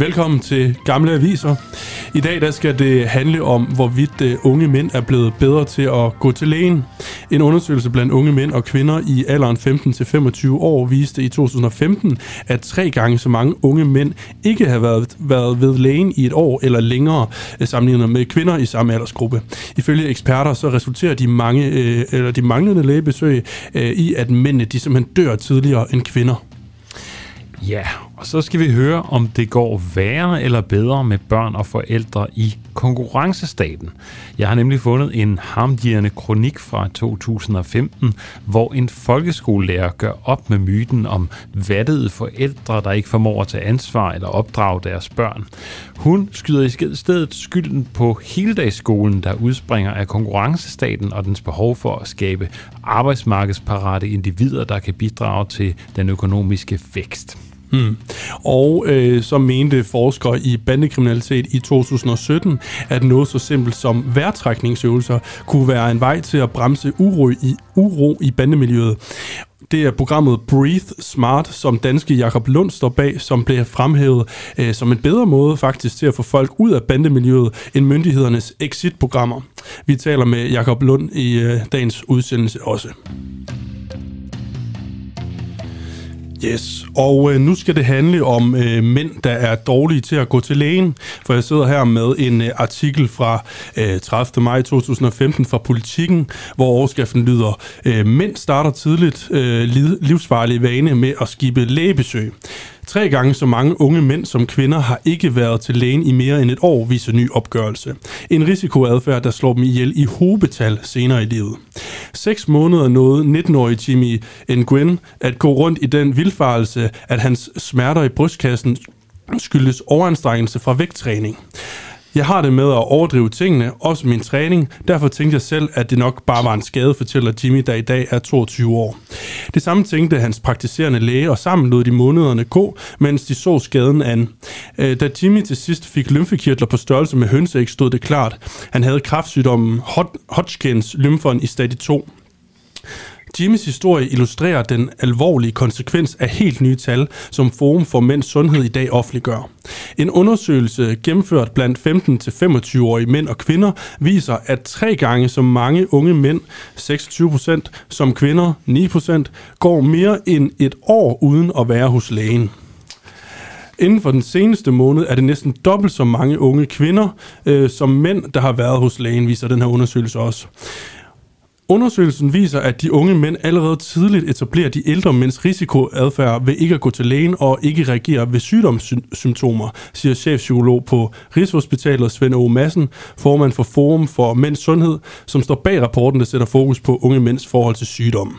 Velkommen til Gamle Aviser. I dag der skal det handle om, hvorvidt unge mænd er blevet bedre til at gå til lægen. En undersøgelse blandt unge mænd og kvinder i alderen 15-25 år viste i 2015, at 3 gange så mange unge mænd ikke har været ved lægen i et år eller længere sammenlignet med kvinder i samme aldersgruppe. Ifølge eksperter så resulterer de manglende lægebesøg i, at mændene de simpelthen dør tidligere end kvinder. Ja, og så skal vi høre, om det går værre eller bedre med børn og forældre i konkurrencestaten. Jeg har nemlig fundet en harmdirrende kronik fra 2015, hvor en folkeskolelærer gør op med myten om vattede forældre, der ikke formår at tage ansvar eller opdrage deres børn. Hun skyder i stedet skylden på heldagsskolen, der udspringer af konkurrencestaten og dens behov for at skabe arbejdsmarkedsparate individer, der kan bidrage til den økonomiske vækst. Og så mente forskere i bandekriminalitet i 2017, at noget så simpelt som vejrtrækningsøvelser kunne være en vej til at bremse uro i bandemiljøet. Det er programmet Breathe Smart, som danske Jakob Lund står bag, som bliver fremhævet som en bedre måde faktisk til at få folk ud af bandemiljøet end myndighedernes exit-programmer. Vi taler med Jakob Lund i dagens udsendelse også. Yes, og nu skal det handle om mænd, der er dårlige til at gå til lægen, for jeg sidder her med en artikel fra 30. maj 2015 fra Politikken, hvor overskriften lyder: Mænd starter tidligt livsfarlige vane med at skippe lægebesøg. 3 gange så mange unge mænd som kvinder har ikke været til lægen i mere end et år, viser ny opgørelse. En risikoadfærd, der slår dem ihjel i hobetal senere i livet. 6 måneder nåede 19-årige Jimmy Nguyen at gå rundt i den vildfarelse, at hans smerter i brystkassen skyldes overanstrengelse fra vægttræning. Jeg har det med at overdrive tingene, også min træning. Derfor tænkte jeg selv, at det nok bare var en skade, fortæller Jimmy, der i dag er 22 år. Det samme tænkte hans praktiserende læge, og sammen lod de månederne gå, mens de så skaden an. Da Jimmy til sidst fik lymfekirtler på størrelse med hønseæg, stod det klart. Han havde kræftsygdommen Hodgkins lymfon i stadie 2. Jimmys historie illustrerer den alvorlige konsekvens af helt nye tal, som Forum for Mænds Sundhed i dag offentliggør. En undersøgelse gennemført blandt 15-25-årige mænd og kvinder viser, at 3 gange så mange unge mænd, 26%, som kvinder, 9%, går mere end et år uden at være hos lægen. Inden for den seneste måned er det næsten dobbelt så mange unge kvinder som mænd, der har været hos lægen, viser den her undersøgelse også. Undersøgelsen viser, at de unge mænd allerede tidligt etablerer de ældre mænds risikoadfærd ved ikke at gå til lægen og ikke reagere ved sygdomssymptomer, siger chefpsykolog på Rigshospitalet Svend Aage Madsen, formand for Forum for Mænds Sundhed, som står bag rapporten, der sætter fokus på unge mænds forhold til sygdom.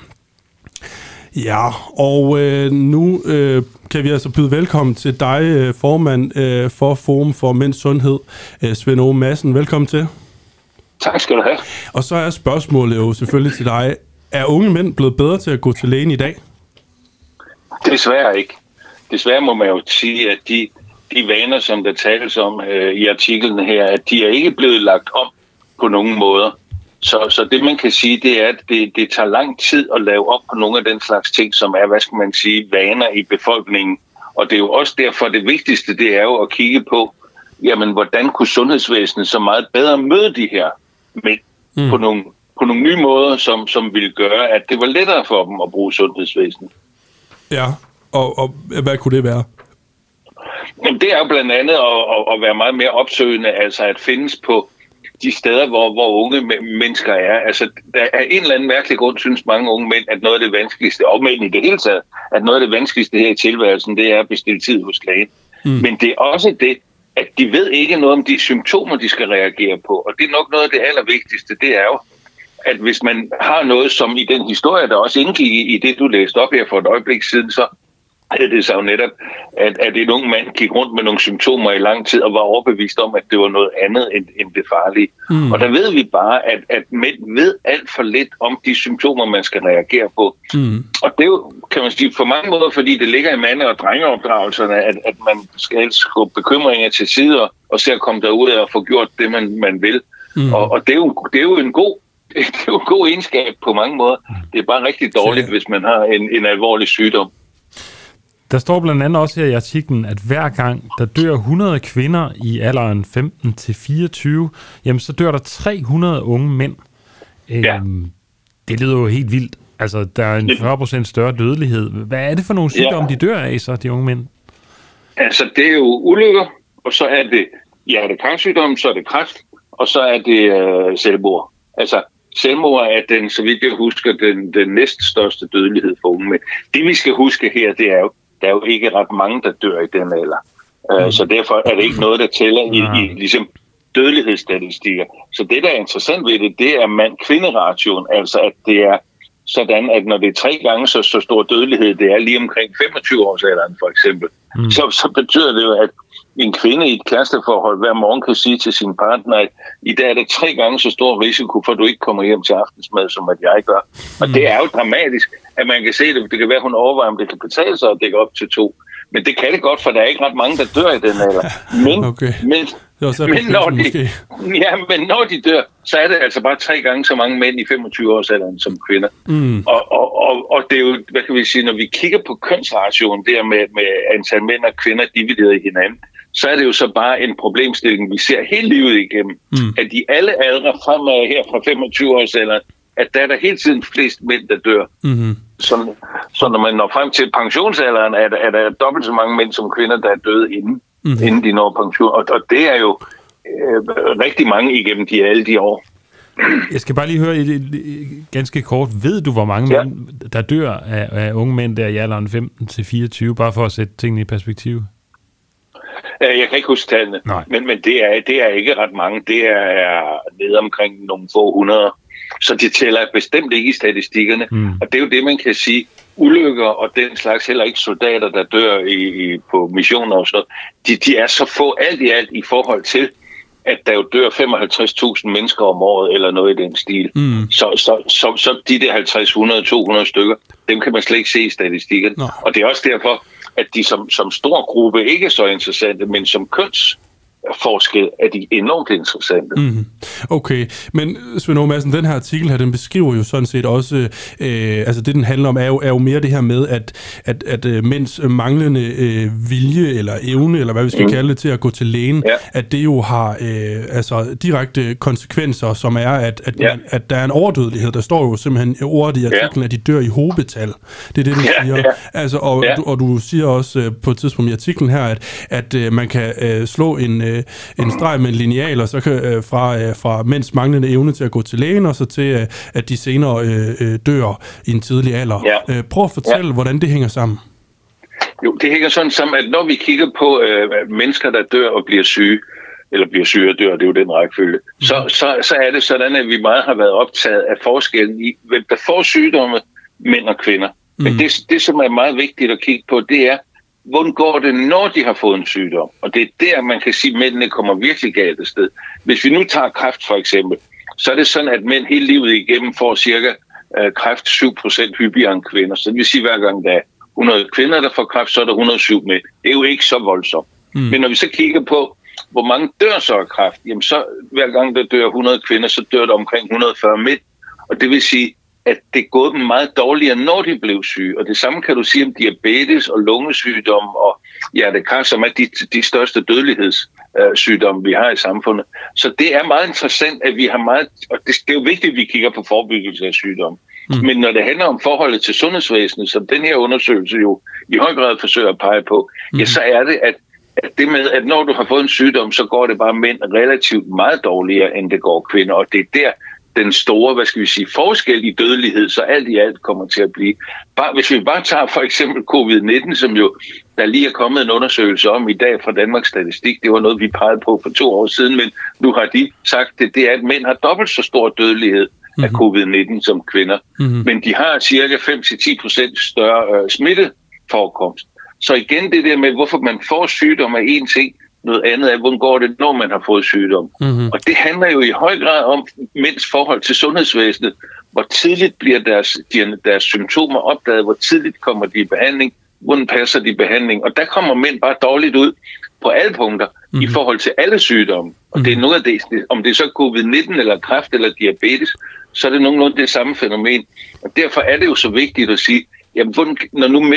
Ja, og nu kan vi altså byde velkommen til dig, formand for Forum for Mænds Sundhed, Svend Aage Madsen. Velkommen til. Tak skal du have. Og så er spørgsmålet jo selvfølgelig til dig. Er unge mænd blevet bedre til at gå til lægen i dag? Desværre ikke. Desværre må man jo sige, at de vaner, som der tales om i artiklen her, at de er ikke blevet lagt om på nogen måder. Så det man kan sige, det er, at det tager lang tid at lave op på nogle af den slags ting, som er, hvad skal man sige, vaner i befolkningen. Og det er jo også derfor, det vigtigste, det er jo at kigge på, jamen, hvordan kunne sundhedsvæsenet så meget bedre møde de her mænd på nogle nye måder, som ville gøre, at det var lettere for dem at bruge sundhedsvæsenet. Ja, og hvad kunne det være? Jamen, det er jo blandt andet at være meget mere opsøgende, altså at findes på de steder, hvor unge mennesker er. Altså, der er en eller anden mærkelig grund, synes mange unge mænd, at noget af det vanskeligste, og mænd i det hele taget, at noget af det vanskeligste her i tilværelsen, det er at bestille tid hos lægen. Men det er også det, at de ved ikke noget om de symptomer, de skal reagere på. Og det er nok noget af det allervigtigste, det er jo, at hvis man har noget, som i den historie, der også indgik i det, du læste op her for et øjeblik siden, så er det så jo netop, at en ung mand gik rundt med nogle symptomer i lang tid og var overbevist om, at det var noget andet end det farlige. Og der ved vi bare, at mænd ved alt for lidt om de symptomer, man skal reagere på. Og det er jo, kan man sige, på mange måder, fordi det ligger i mande- og drengeopdragelserne, at man skal skubbe bekymringer til side og se at komme derud og få gjort det, man vil. Og det er jo en god egenskab på mange måder. Det er bare rigtig dårligt, hvis man har en alvorlig sygdom. Der står blandt andet også her i artiklen, at hver gang der dør 100 kvinder i alderen 15 til 24, jamen så dør der 300 unge mænd. Ja. Det lyder jo helt vildt. Altså, der er en 40% større dødelighed. Hvad er det for nogle sygdomme, de dør af, så de unge mænd? Altså, det er jo ulykker, og så er det hjertekarsygdom, så er det kræft, og så er det selvmord. Altså, selvmord er den, så vidt jeg husker, den næststørste dødelighed for unge mænd. Det vi skal huske her, det er jo, der er jo ikke ret mange, der dør i den alder. Så derfor er det ikke noget, der tæller i ligesom dødelighedsstatistikker. Så det, der er interessant ved det er mand-kvinde-ratioen, altså at det er sådan, at når det er 3 gange så stor dødelighed, det er lige omkring 25-årsalderen for eksempel, så betyder det jo, at en kvinde i et kæresteforhold hver morgen kan sige til sin partner, at i dag er der 3 gange så stor risiko for, at du ikke kommer hjem til aftensmad, som at jeg gør. Og det er jo dramatisk, at man kan se det. Det kan være, at hun overvejer, om det kan betale sig at dække op til 2. Men det kan det godt, for der er ikke ret mange, der dør i den alder. Men når de dør, så er det altså bare 3 gange så mange mænd i 25-årsalderen som kvinder. Og det er jo, hvad kan vi sige, når vi kigger på kønsratioen der med antal mænd og kvinder divideret i hinanden, så er det jo så bare en problemstilling, vi ser hele livet igennem. At i alle aldre fremad her fra 25-årsalderen, at der er der hele tiden flest mænd, der dør. Så når man når frem til pensionsalderen, er der dobbelt så mange mænd som kvinder, der er døde inden de når pension. Og det er jo rigtig mange igennem alle de år. Jeg skal bare lige høre ganske kort. Ved du, hvor mange mænd, der dør af unge mænd der i alderen 15 til 24, bare for at sætte tingene i perspektiv? Jeg kan ikke huske tallene, men det er ikke ret mange. Det er nede omkring nogle få hundrede. Så de tæller bestemt ikke i statistikkerne. Og det er jo det, man kan sige. Ulykker og den slags, heller ikke soldater, der dør på missioner og sådan noget, de er så få alt i alt i forhold til, at der jo dør 55.000 mennesker om året, eller noget i den stil. Så de der 50, 100, 200 stykker, dem kan man slet ikke se i statistikken. Og det er også derfor, at de som stor gruppe ikke er så interessante, men som kønsforskel er de enormt interessante. Okay, men Svend Aage Madsen, den her artikel her, den beskriver jo sådan set også, altså det den handler om, er jo mere det her med, at mænds manglende vilje eller evne, eller hvad vi skal kalde det, til at gå til lægen, at det jo har altså direkte konsekvenser, som er, at der er en overdødelighed. Der står jo simpelthen ordet i artiklen, at de dør i hobetal. Det er det, du siger. Altså, og du siger også på et tidspunkt i artiklen her, at man kan slå en streg med en lineal, og så kan fra mænds manglende evne til at gå til lægen, og så til, at de senere dør i en tidlig alder. Prøv at fortælle, hvordan det hænger sammen. Jo, det hænger sådan sammen, at når vi kigger på mennesker, der dør og bliver syge, eller bliver syge og dør, det er jo den rækkefølge, så er det sådan, at vi meget har været optaget af forskellen i, hvem der får sygdomme, mænd og kvinder. Men det, som er meget vigtigt at kigge på, det er, hvordan går det, når de har fået en sygdom? Og det er der, man kan sige, at mændene kommer virkelig galt af sted. Hvis vi nu tager kræft for eksempel, så er det sådan, at mænd hele livet igennem får cirka kræft 7% hyppigere end kvinder. Så det vil sige, at hver gang der er 100 kvinder, der får kræft, så er der 107 mænd. Det er jo ikke så voldsomt. Men når vi så kigger på, hvor mange dør så af kræft, jamen så hver gang der dør 100 kvinder, så dør der omkring 140 mænd. Og det vil sige, at det er gået dem meget dårligere, når de blev syge. Og det samme kan du sige om diabetes og lungesygdom og hjertekar, som er de største dødelighedssygdomme, vi har i samfundet. Så det er meget interessant, at vi har meget... Og det er jo vigtigt, at vi kigger på forebyggelse af sygdomme. Men når det handler om forholdet til sundhedsvæsenet, som den her undersøgelse jo i høj grad forsøger at pege på, ja, så er det, at det med, at når du har fået en sygdom, så går det bare mænd relativt meget dårligere, end det går kvinder. Og det er der, den store, forskel i dødelighed, så alt i alt kommer til at blive. Hvis vi bare tager for eksempel covid-19, som jo der lige er kommet en undersøgelse om i dag fra Danmarks Statistik, det var noget, vi pegede på for 2 år siden, men nu har de sagt, det er, at mænd har dobbelt så stor dødelighed af covid-19 som kvinder. Men de har cirka 5-10% større smitteforekomst. Så igen det der med, hvorfor man får sygdom er en ting, noget andet er, hvordan går det, når man har fået sygdom. Og det handler jo i høj grad om mænds forhold til sundhedsvæsenet. Hvor tidligt bliver deres symptomer opdaget, hvor tidligt kommer de i behandling, hvordan passer de i behandling. Og der kommer mænd bare dårligt ud på alle punkter i forhold til alle sygdomme. Og det er noget af det, om det er så covid-19 eller kræft eller diabetes, så er det nogenlunde det samme fænomen. Og derfor er det jo så vigtigt at sige, jamen, når nu mænd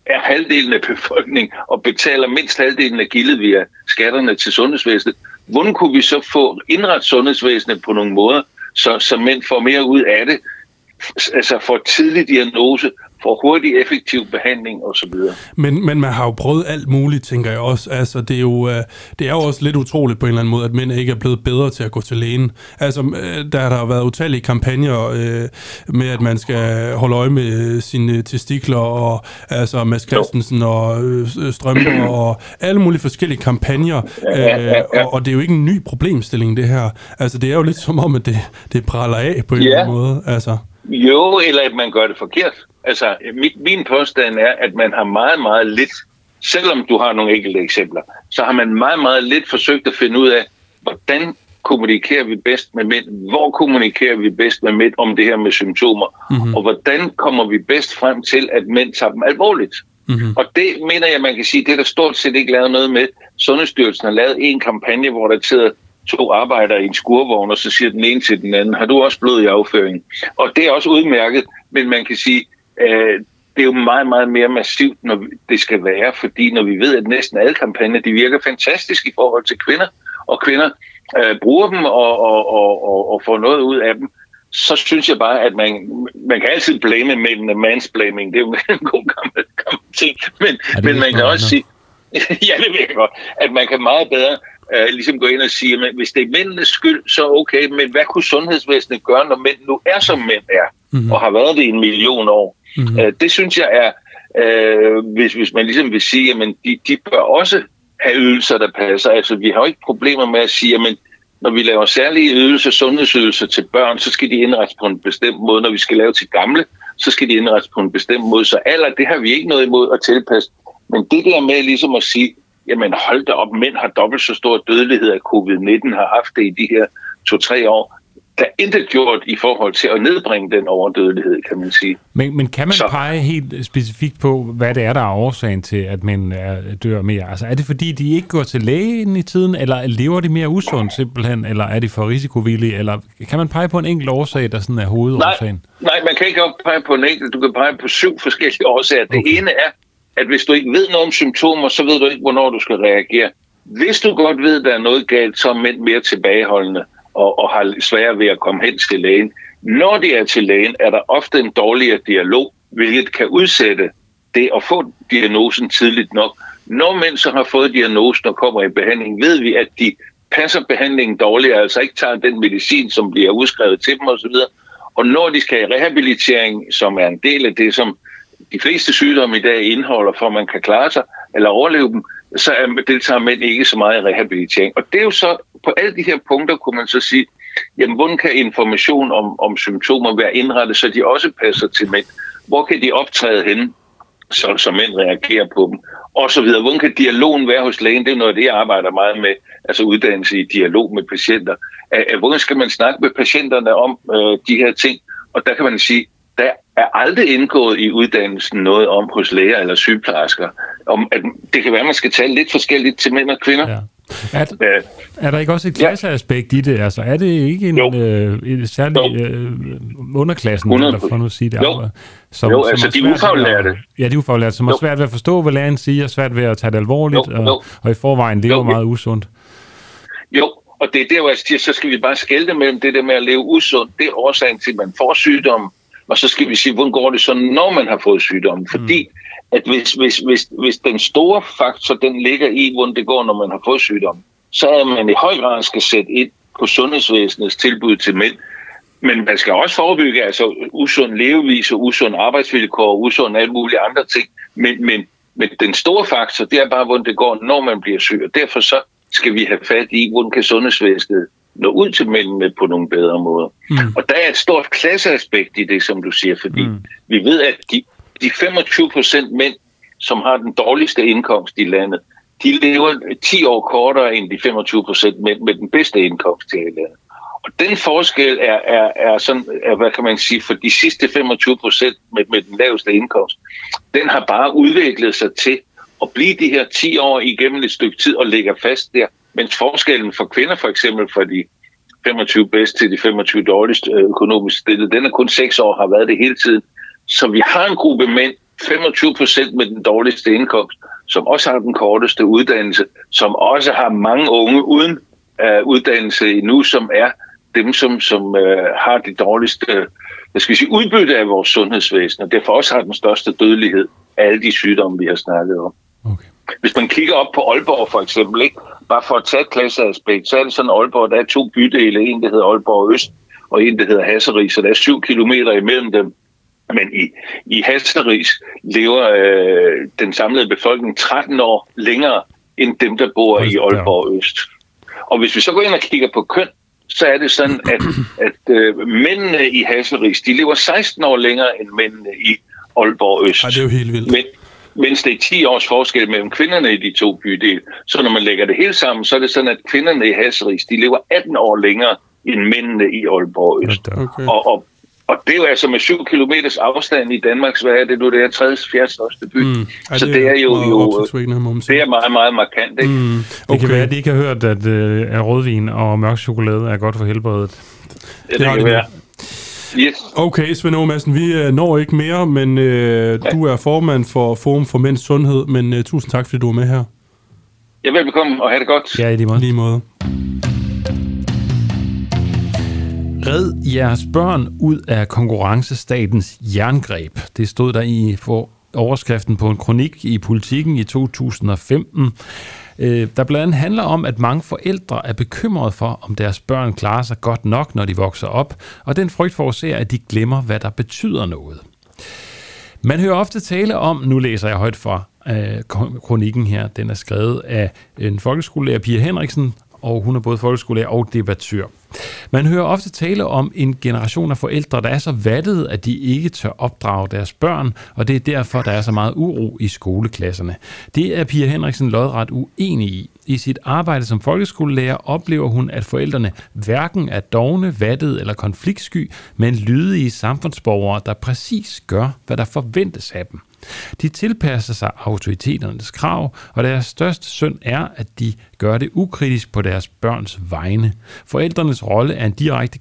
er halvdelen af befolkningen og betaler mindst halvdelen af gildet via skatterne til sundhedsvæsenet. Hvordan kunne vi så få indrettet sundhedsvæsenet på nogle måder, så mænd får mere ud af det, altså får tidlig diagnose, får hurtig effektiv behandling osv. Men man har jo prøvet alt muligt, tænker jeg også. Altså, det er jo også lidt utroligt på en eller anden måde, at mænd ikke er blevet bedre til at gå til lægen. Altså, der har været utallige kampagner med, at man skal holde øje med sine testikler, og altså Mads Christensen og strømper, og alle mulige forskellige kampagner. Og det er jo ikke en ny problemstilling, det her. Altså, det er jo lidt som om, at det praller af på en eller anden måde. Altså. Jo, eller at man gør det forkert. Altså, min påstand er, at man har meget, meget lidt, selvom du har nogle enkelte eksempler, så har man meget, meget lidt forsøgt at finde ud af, hvordan kommunikerer vi bedst med mænd, hvor kommunikerer vi bedst med mænd om det her med symptomer, og hvordan kommer vi bedst frem til, at mænd tager dem alvorligt. Og det mener jeg, man kan sige, det er der stort set ikke lavet noget med. Sundhedsstyrelsen har lavet en kampagne, hvor der sidder 2 arbejdere i en skurvogn, og så siger den ene til den anden, har du også blod i afføringen? Og det er også udmærket, men man kan sige, det er jo meget, meget mere massivt, når det skal være, fordi når vi ved, at næsten alle kampagner, de virker fantastisk i forhold til kvinder, og kvinder bruger dem og får noget ud af dem, så synes jeg bare, at man kan altid blame mændene, mansblaming, det er jo en god gammel ting, men man kan også sige, ja, det ved jeg godt, at man kan meget bedre ligesom gå ind og sige, at hvis det er mændenes skyld, så okay, men hvad kunne sundhedsvæsenet gøre, når mænd nu er, som mænd er, og har været det i 1 million år? Det synes jeg er, hvis man ligesom vil sige, at de bør også have ydelser, der passer. Altså, vi har jo ikke problemer med at sige, at når vi laver særlige ydelser, sundhedsydelser til børn, så skal de indrettes på en bestemt måde. Når vi skal lave til gamle, så skal de indrettes på en bestemt måde. Så alder, det har vi ikke noget imod at tilpasse. Men det der med ligesom at sige, jamen hold da op, mænd har dobbelt så stor dødelighed af covid-19, har haft det i de her 2-3 år. Der er intet gjort i forhold til at nedbringe den overdødelighed, kan man sige. Men kan man pege helt specifikt på, hvad det er, der er årsagen til, at mænd dør mere? Altså er det fordi, de ikke går til lægen i tiden, eller lever de mere usundt simpelthen, eller er de for risikovillige, eller kan man pege på en enkelt årsag, der sådan er hovedårsagen? Nej, man kan ikke pege på en enkelt. Du kan pege på 7 forskellige årsager. Okay. Det ene er, at hvis du ikke ved noget om symptomer, så ved du ikke, hvornår du skal reagere. Hvis du godt ved, at der er noget galt, så er mænd mere tilbageholdende og har svært ved at komme hen til lægen. Når de er til lægen, er der ofte en dårligere dialog, hvilket kan udsætte det at få diagnosen tidligt nok. Når mænd så har fået diagnosen og kommer i behandling, ved vi, at de passer behandlingen dårligt, altså ikke tager den medicin, som bliver udskrevet til dem osv. Og når de skal i rehabilitering, som er en del af det, som de fleste sygdomme i dag indeholder, for at man kan klare sig eller overleve dem, så deltager mænd ikke så meget i rehabilitering. Og det er jo så, på alle de her punkter kunne man så sige, jamen hvordan kan information om symptomer være indrettet, så de også passer til mænd? Hvor kan de optræde henne, så mænd reagerer på dem? Og så videre. Hvordan kan dialogen være hos lægen? Det er noget af det, jeg arbejder meget med, altså uddannelse i dialog med patienter. Hvordan skal man snakke med patienterne om de her ting? Og der kan man sige, der er aldrig indgået i uddannelsen noget om hos læger eller sygeplejersker, om at det kan være, at man skal tale lidt forskelligt til mænd og kvinder. Ja. Er der ikke også et klasseaspekt i det? Altså, er det ikke en særlig underklassen, eller for nu at sige det? Som altså de ufaglærte. Ja, de ufaglærte, som har svært ved at forstå, hvad læreren siger, svært ved at tage det alvorligt, og i forvejen lever meget usundt. Jo, og det er der, hvor jeg siger, så skal vi bare skelne mellem det der med at leve usundt. Det er årsagen til, at man får sygdommen. Og så skal vi sige, hvordan går det så, når man har fået sygdommen? Fordi at hvis den store faktor, den ligger i, hvordan det går, når man har fået sygdommen, så er man i høj grad skal sætte ind på sundhedsvæsenets tilbud til mænd. Men man skal også forebygge altså usund levevis og usund arbejdsvilkår og usund alle mulige andre ting. Men den store faktor, det er bare, hvordan det går, når man bliver syg. Og derfor så skal vi have fat i, hvordan kan sundhedsvæsenet nå ud til mændene på nogle bedre måder. Og der er et stort klasseaspekt i det, som du siger, fordi vi ved, at de 25% mænd, som har den dårligste indkomst i landet, de lever 10 år kortere end de 25% mænd med den bedste indkomst i landet. Og den forskel er sådan, hvad kan man sige, for de sidste 25% med den laveste indkomst, den har bare udviklet sig til at blive de her 10 år igennem et stykke tid og ligger fast der. Mens forskellen for kvinder, for eksempel fra de 25 bedst til de 25 dårligst økonomisk stillet, den er kun 6 år, har været det hele tiden. Så vi har en gruppe mænd, 25% med den dårligste indkomst, som også har den korteste uddannelse, som også har mange unge uden uddannelse endnu, som er dem, som har det dårligste udbytte af vores sundhedsvæsen, og derfor også har den største dødelighed af alle de sygdomme, vi har snakket om. Okay. Hvis man kigger op på Aalborg for eksempel, ikke? Bare for at tage et klasseaspekt, så er det sådan Aalborg, der er 2 bydele, en der hedder Aalborg Øst, og en der hedder Hasseris, så der er 7 kilometer imellem dem. Men i Hasseris lever den samlede befolkning 13 år længere end dem, der bor i Aalborg Øst. Og hvis vi så går ind og kigger på køn, så er det sådan, at mændene i Hasseris, de lever 16 år længere end mændene i Aalborg Øst. Ej, det er jo helt vildt. Mens det er 10 års forskel mellem kvinderne i de 2 bydele. Så når man lægger det hele sammen, så er det sådan, at kvinderne i Hasseris, de lever 18 år længere end mændene i Aalborg Øst. Okay. Og det er jo altså med 7 kilometers afstand i Danmarks, hvad er det nu, det er 3.-4. største by. Så det er jo det er meget, meget markant. Ikke? Okay. Det kan være, at de ikke har hørt, at rødvin og mørk chokolade er godt for helbredet. Ja, det kan være. Yes. Okay, Svend Aage Madsen, vi når ikke mere, men du er formand for Forum for Mænds Sundhed, men tusind tak, fordi du er med her. Ja, velbekomme, og have det godt. Ja, i lige måde. Red jeres børn ud af konkurrencestatens jerngreb. Det stod der i overskriften på en kronik i Politiken i 2015. Der blandt andet handler om, at mange forældre er bekymrede for, om deres børn klarer sig godt nok, når de vokser op, og den frygt forårsager, at de glemmer, hvad der betyder noget. Man hører ofte tale om, nu læser jeg højt fra kronikken her, den er skrevet af en folkeskolelærer, Pia Henriksen, og hun er både folkeskolelærer og debattør. Man hører ofte tale om en generation af forældre, der er så vattede, at de ikke tør opdrage deres børn, og det er derfor, der er så meget uro i skoleklasserne. Det er Pia Henriksen lodret uenig i. I sit arbejde som folkeskolelærer oplever hun, at forældrene hverken er dovne, vattede eller konfliktsky, men lydige samfundsborgere, der præcis gør, hvad der forventes af dem. De tilpasser sig autoriteternes krav, og deres største synd er, at de gør det ukritisk på deres børns vegne. Forældrenes rolle er en direkte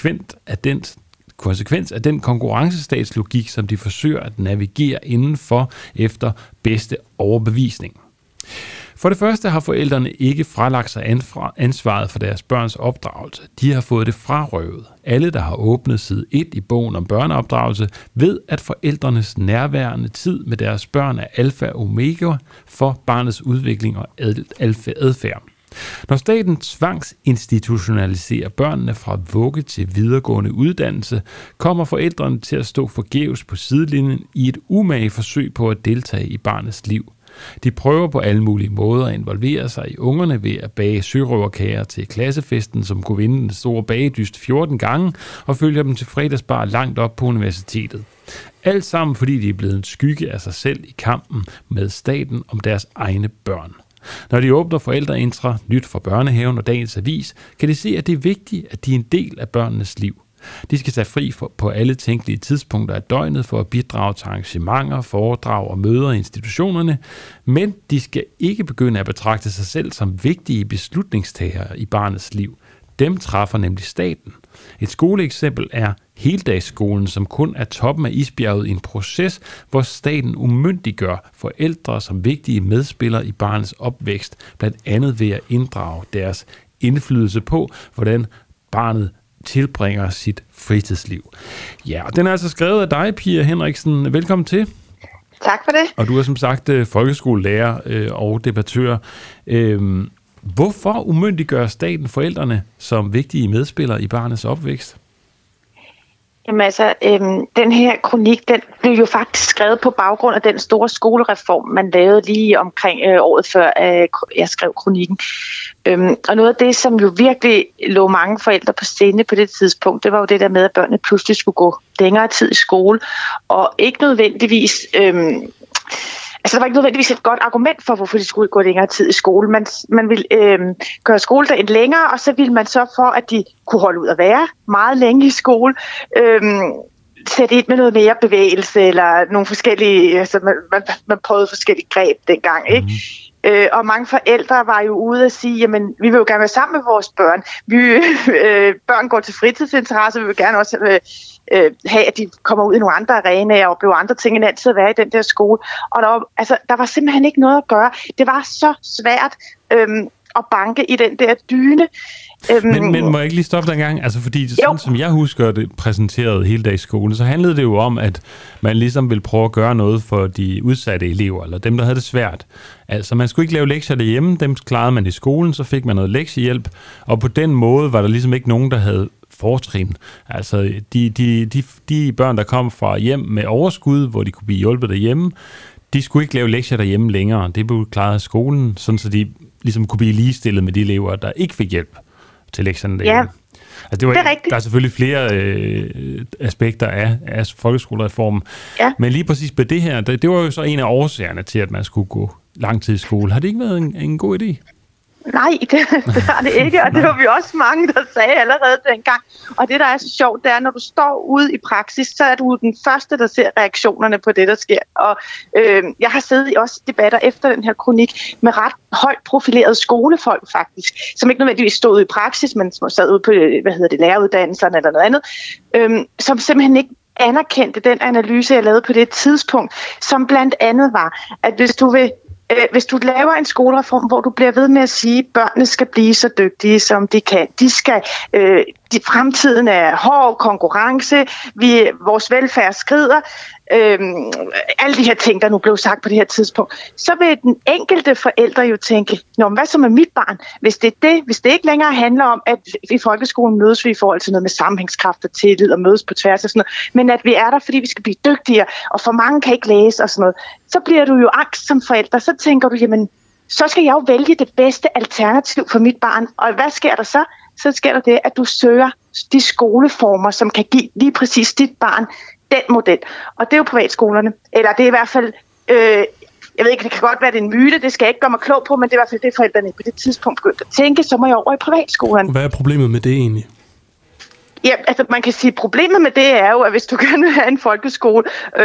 konsekvens af den konkurrencestatslogik, som de forsøger at navigere indenfor efter bedste overbevisning. For det første har forældrene ikke fralagt sig ansvaret for deres børns opdragelse. De har fået det frarøvet. Alle, der har åbnet side 1 i bogen om børneopdragelse, ved, at forældrenes nærværende tid med deres børn er alfa og omega for barnets udvikling og adfærd. Når staten tvangsinstitutionaliserer børnene fra vugge til videregående uddannelse, kommer forældrene til at stå forgæves på sidelinjen i et umage forsøg på at deltage i barnets liv. De prøver på alle mulige måder at involvere sig i ungerne ved at bage sørøverkager til klassefesten, som kunne vinde den store bagedyst 14 gange, og følger dem til fredagsbar langt op på universitetet. Alt sammen fordi de er blevet en skygge af sig selv i kampen med staten om deres egne børn. Når de åbner forældreintra, nyt fra børnehaven og dagens avis, kan de se, at det er vigtigt, at de er en del af børnenes liv. De skal tage fri på alle tænkelige tidspunkter af døgnet for at bidrage til arrangementer, foredrag og møder i institutionerne, men de skal ikke begynde at betragte sig selv som vigtige beslutningstagere i barnets liv. Dem træffer nemlig staten. Et skoleeksempel er heldagsskolen, som kun er toppen af isbjerget i en proces, hvor staten umyndiggør forældre som vigtige medspillere i barnets opvækst, blandt andet ved at inddrage deres indflydelse på, hvordan barnet tilbringer sit fritidsliv. Ja, og den er altså skrevet af dig, Pia Henriksen. Velkommen til. Tak for det. Og du er som sagt folkeskolelærer og debattør. Hvorfor umyndiggør staten forældrene som vigtige medspillere i barnets opvækst? Jamen altså, den her kronik, den blev jo faktisk skrevet på baggrund af den store skolereform, man lavede lige omkring året før, jeg skrev kronikken. Og noget af det, som jo virkelig lå mange forældre på sinde på det tidspunkt, det var jo det der med, at børnene pludselig skulle gå længere tid i skole, og ikke nødvendigvis... Altså, der var ikke nødvendigvis et godt argument for, hvorfor de skulle gå længere tid i skole. Man ville gøre skoledagen længere, og så ville man så for, at de kunne holde ud at være meget længe i skole, sætte ind med noget mere bevægelse, eller nogle forskellige, altså man prøvede forskellige greb dengang, ikke? Og mange forældre var jo ude at sige, jamen, vi vil jo gerne være sammen med vores børn. Børn går til fritidsinteresser, vi vil gerne også have, at de kommer ud i nogle andre arenaer og oplever andre ting, end altid at være i den der skole. Og der var simpelthen ikke noget at gøre. Det var så svært at banke i den der dyne. Men må jeg ikke lige stoppe dig en gang? Altså fordi, sådan som jeg husker det præsenteret hele dagen i skolen, så handlede det jo om, at man ligesom ville prøve at gøre noget for de udsatte elever, eller dem, der havde det svært. Altså man skulle ikke lave lektier derhjemme, dem klarede man i skolen, så fik man noget lektiehjælp, og på den måde var der ligesom ikke nogen, der havde fortrin. Altså de børn, der kom fra hjem med overskud, hvor de kunne blive hjulpet derhjemme, de skulle ikke lave lektier derhjemme længere. Det blev klaret af skolen, sådan så de ligesom kunne blive ligestillet med de elever, der ikke fik hjælp til lektierne derhjemme. Ja, altså, det er rigtigt. Der er selvfølgelig flere aspekter af folkeskolereformen, men lige præcis på det her, det var jo så en af årsagerne til, at man skulle gå lang tid i skole. Har det ikke været en god idé? Nej, det har det ikke, og det var vi også mange, der sagde allerede dengang. Og det, der er så sjovt, det er, når du står ude i praksis, så er du den første, der ser reaktionerne på det, der sker. Og jeg har siddet i også debatter efter den her kronik med ret højt profilerede skolefolk faktisk, som ikke nødvendigvis stod i praksis, men som sad ude på, læreruddannelserne eller noget andet, som simpelthen ikke anerkendte den analyse, jeg lavede på det tidspunkt, som blandt andet var, at hvis du laver en skolereform, hvor du bliver ved med at sige, at børnene skal blive så dygtige, som de kan. Fremtiden er hård konkurrence, vores velfærd skrider, alle de her ting, der nu blev sagt på det her tidspunkt, så vil den enkelte forælder jo tænke, hvad så med mit barn? Hvis det ikke længere handler om, at i folkeskolen mødes vi i forhold til noget med sammenhængskraft og tillid og mødes på tværs og sådan noget, men at vi er der, fordi vi skal blive dygtigere, og for mange kan ikke læse og sådan noget, så bliver du jo angst som forælder, så tænker du, jamen, så skal jeg jo vælge det bedste alternativ for mit barn, og hvad sker der så? Så sker der det, at du søger de skoleformer, som kan give lige præcis dit barn den model. Og det er jo privatskolerne. Eller det er i hvert fald, jeg ved ikke, det kan godt være, det er en myte, det skal jeg ikke gøre mig klog på, men det er i hvert fald det, forældrene på det tidspunkt begyndte at tænke, så må jeg over i privatskolerne. Hvad er problemet med det egentlig? Ja, altså man kan sige, at problemet med det er jo, at hvis du gerne vil have en folkeskole,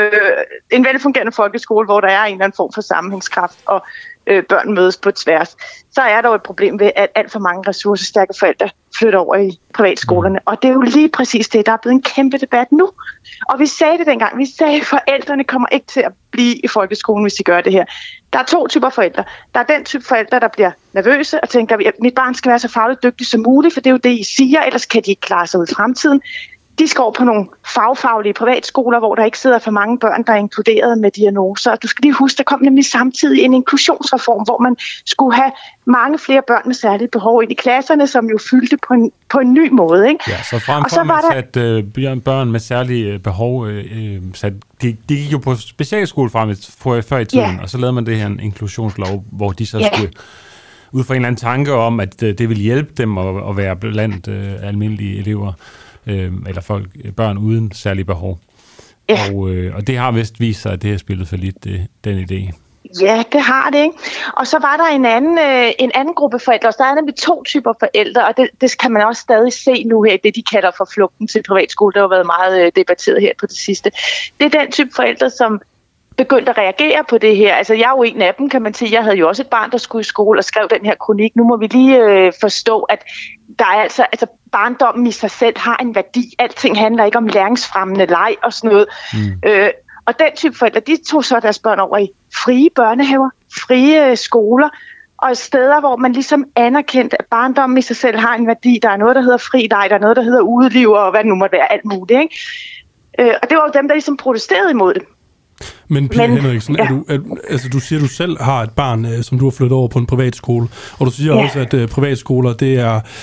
en velfungerende folkeskole, hvor der er en eller anden form for sammenhængskraft, og børn mødes på tværs, så er der jo et problem ved, at alt for mange ressourcestærke forældre flytter over i privatskolerne. Og det er jo lige præcis det, der er blevet en kæmpe debat nu. Og vi sagde det dengang. Vi sagde, at forældrene kommer ikke til at blive i folkeskolen, hvis de gør det her. Der er 2 typer forældre. Der er den type forældre, der bliver nervøse og tænker, at mit barn skal være så fagligt dygtig som muligt, for det er jo det, I siger, ellers kan de ikke klare sig ud i fremtiden. De skal over på nogle fagfaglige privatskoler, hvor der ikke sidder for mange børn, der er inkluderet med diagnoser. Og du skal lige huske, der kom nemlig samtidig en inklusionsreform, hvor man skulle have mange flere børn med særlige behov ind i klasserne, som jo fyldte på en ny måde. Ikke? Ja, så frem for man satte børn med særlige behov, de gik jo på specialskole før i tiden, og så lavede man det her en inklusionslov, hvor de så skulle ud fra en eller anden tanke om, at det ville hjælpe dem at være blandt almindelige elever. Eller børn uden særlige behov. Ja. Og det har vist vist sig, at det har spillet for lidt den idé. Ja, det har det, ikke? Og så var der en anden gruppe forældre, der er nemlig 2 typer forældre, og det kan man også stadig se nu her, det de kalder for flugten til privatskole, der har været meget debatteret her på det sidste. Det er den type forældre, som begyndte at reagere på det her. Altså, jeg er jo en af dem, kan man sige. Jeg havde jo også et barn, der skulle i skole og skrev den her kronik. Nu må vi lige forstå, at der er altså barndommen i sig selv har en værdi. Alting handler ikke om læringsfremmende leg og sådan noget. Og den type forældre, de tog så deres børn over i frie børnehaver, frie skoler, og steder, hvor man ligesom anerkendte, at barndommen i sig selv har en værdi. Der er noget, der hedder fri leg, der er noget, der hedder udeliv, og hvad det nu måtte være, alt muligt. Ikke? Og det var jo dem, der ligesom protesterede imod det. Men Pia Henriksen, du siger, at du selv har et barn, som du har flyttet over på en privatskole, og du siger også, at privatskoler det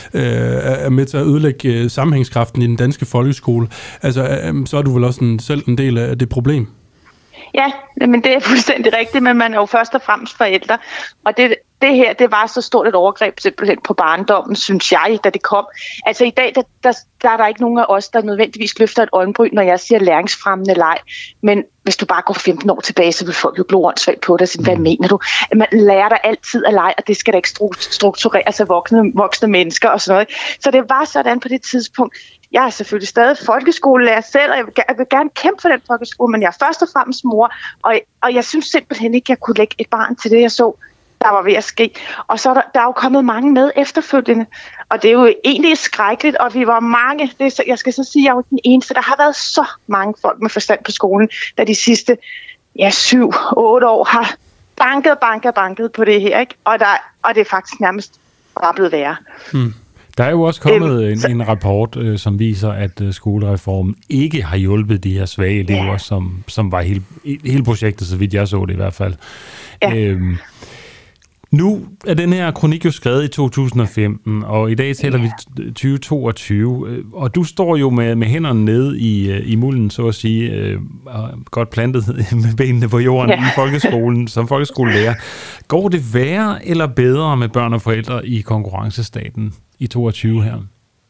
er med til at ødelægge sammenhængskraften i den danske folkeskole. Altså, så er du vel også selv en del af det problem? Ja, men det er fuldstændig rigtigt, men man er jo først og fremmest forældre, og det det her, det var så stort et overgreb simpelthen på barndommen, synes jeg, da det kom. Altså i dag, der er der ikke nogen af os, der nødvendigvis løfter et øjenbryn, når jeg siger læringsfremmende leg. Men hvis du bare går 15 år tilbage, så vil folk jo glo åndssvagt på dig og sige, hvad mener du? Man lærer dig altid at lege, og det skal da ikke struktureres af voksne mennesker og sådan noget. Så det var sådan på det tidspunkt. Jeg er selvfølgelig stadig folkeskolelærer selv, og jeg vil gerne kæmpe for den folkeskole, men jeg er først og fremmest mor, og jeg synes simpelthen ikke, jeg kunne lægge et barn til det, jeg så, der var ved at ske. Og så der er jo kommet mange med efterfølgende, og det er jo egentlig skrækkeligt, og vi var mange, jeg skal så sige, at jeg er jo den eneste, der har været så mange folk med forstand på skolen, der de sidste 7-8 år har banket på det her, ikke? Og det er faktisk nærmest bare blevet værre. Der er jo også kommet en rapport, som viser, at skolereformen ikke har hjulpet de her svage elever, som var hele projektet, så vidt jeg så det i hvert fald. Ja. Nu er den her kronik jo skrevet i 2015, og i dag taler vi 2022, og du står jo med hænderne nede i mulden, så at sige, godt plantet med benene på jorden i folkeskolen, som folkeskolelærer. Går det værre eller bedre med børn og forældre i konkurrencestaten i 22 her?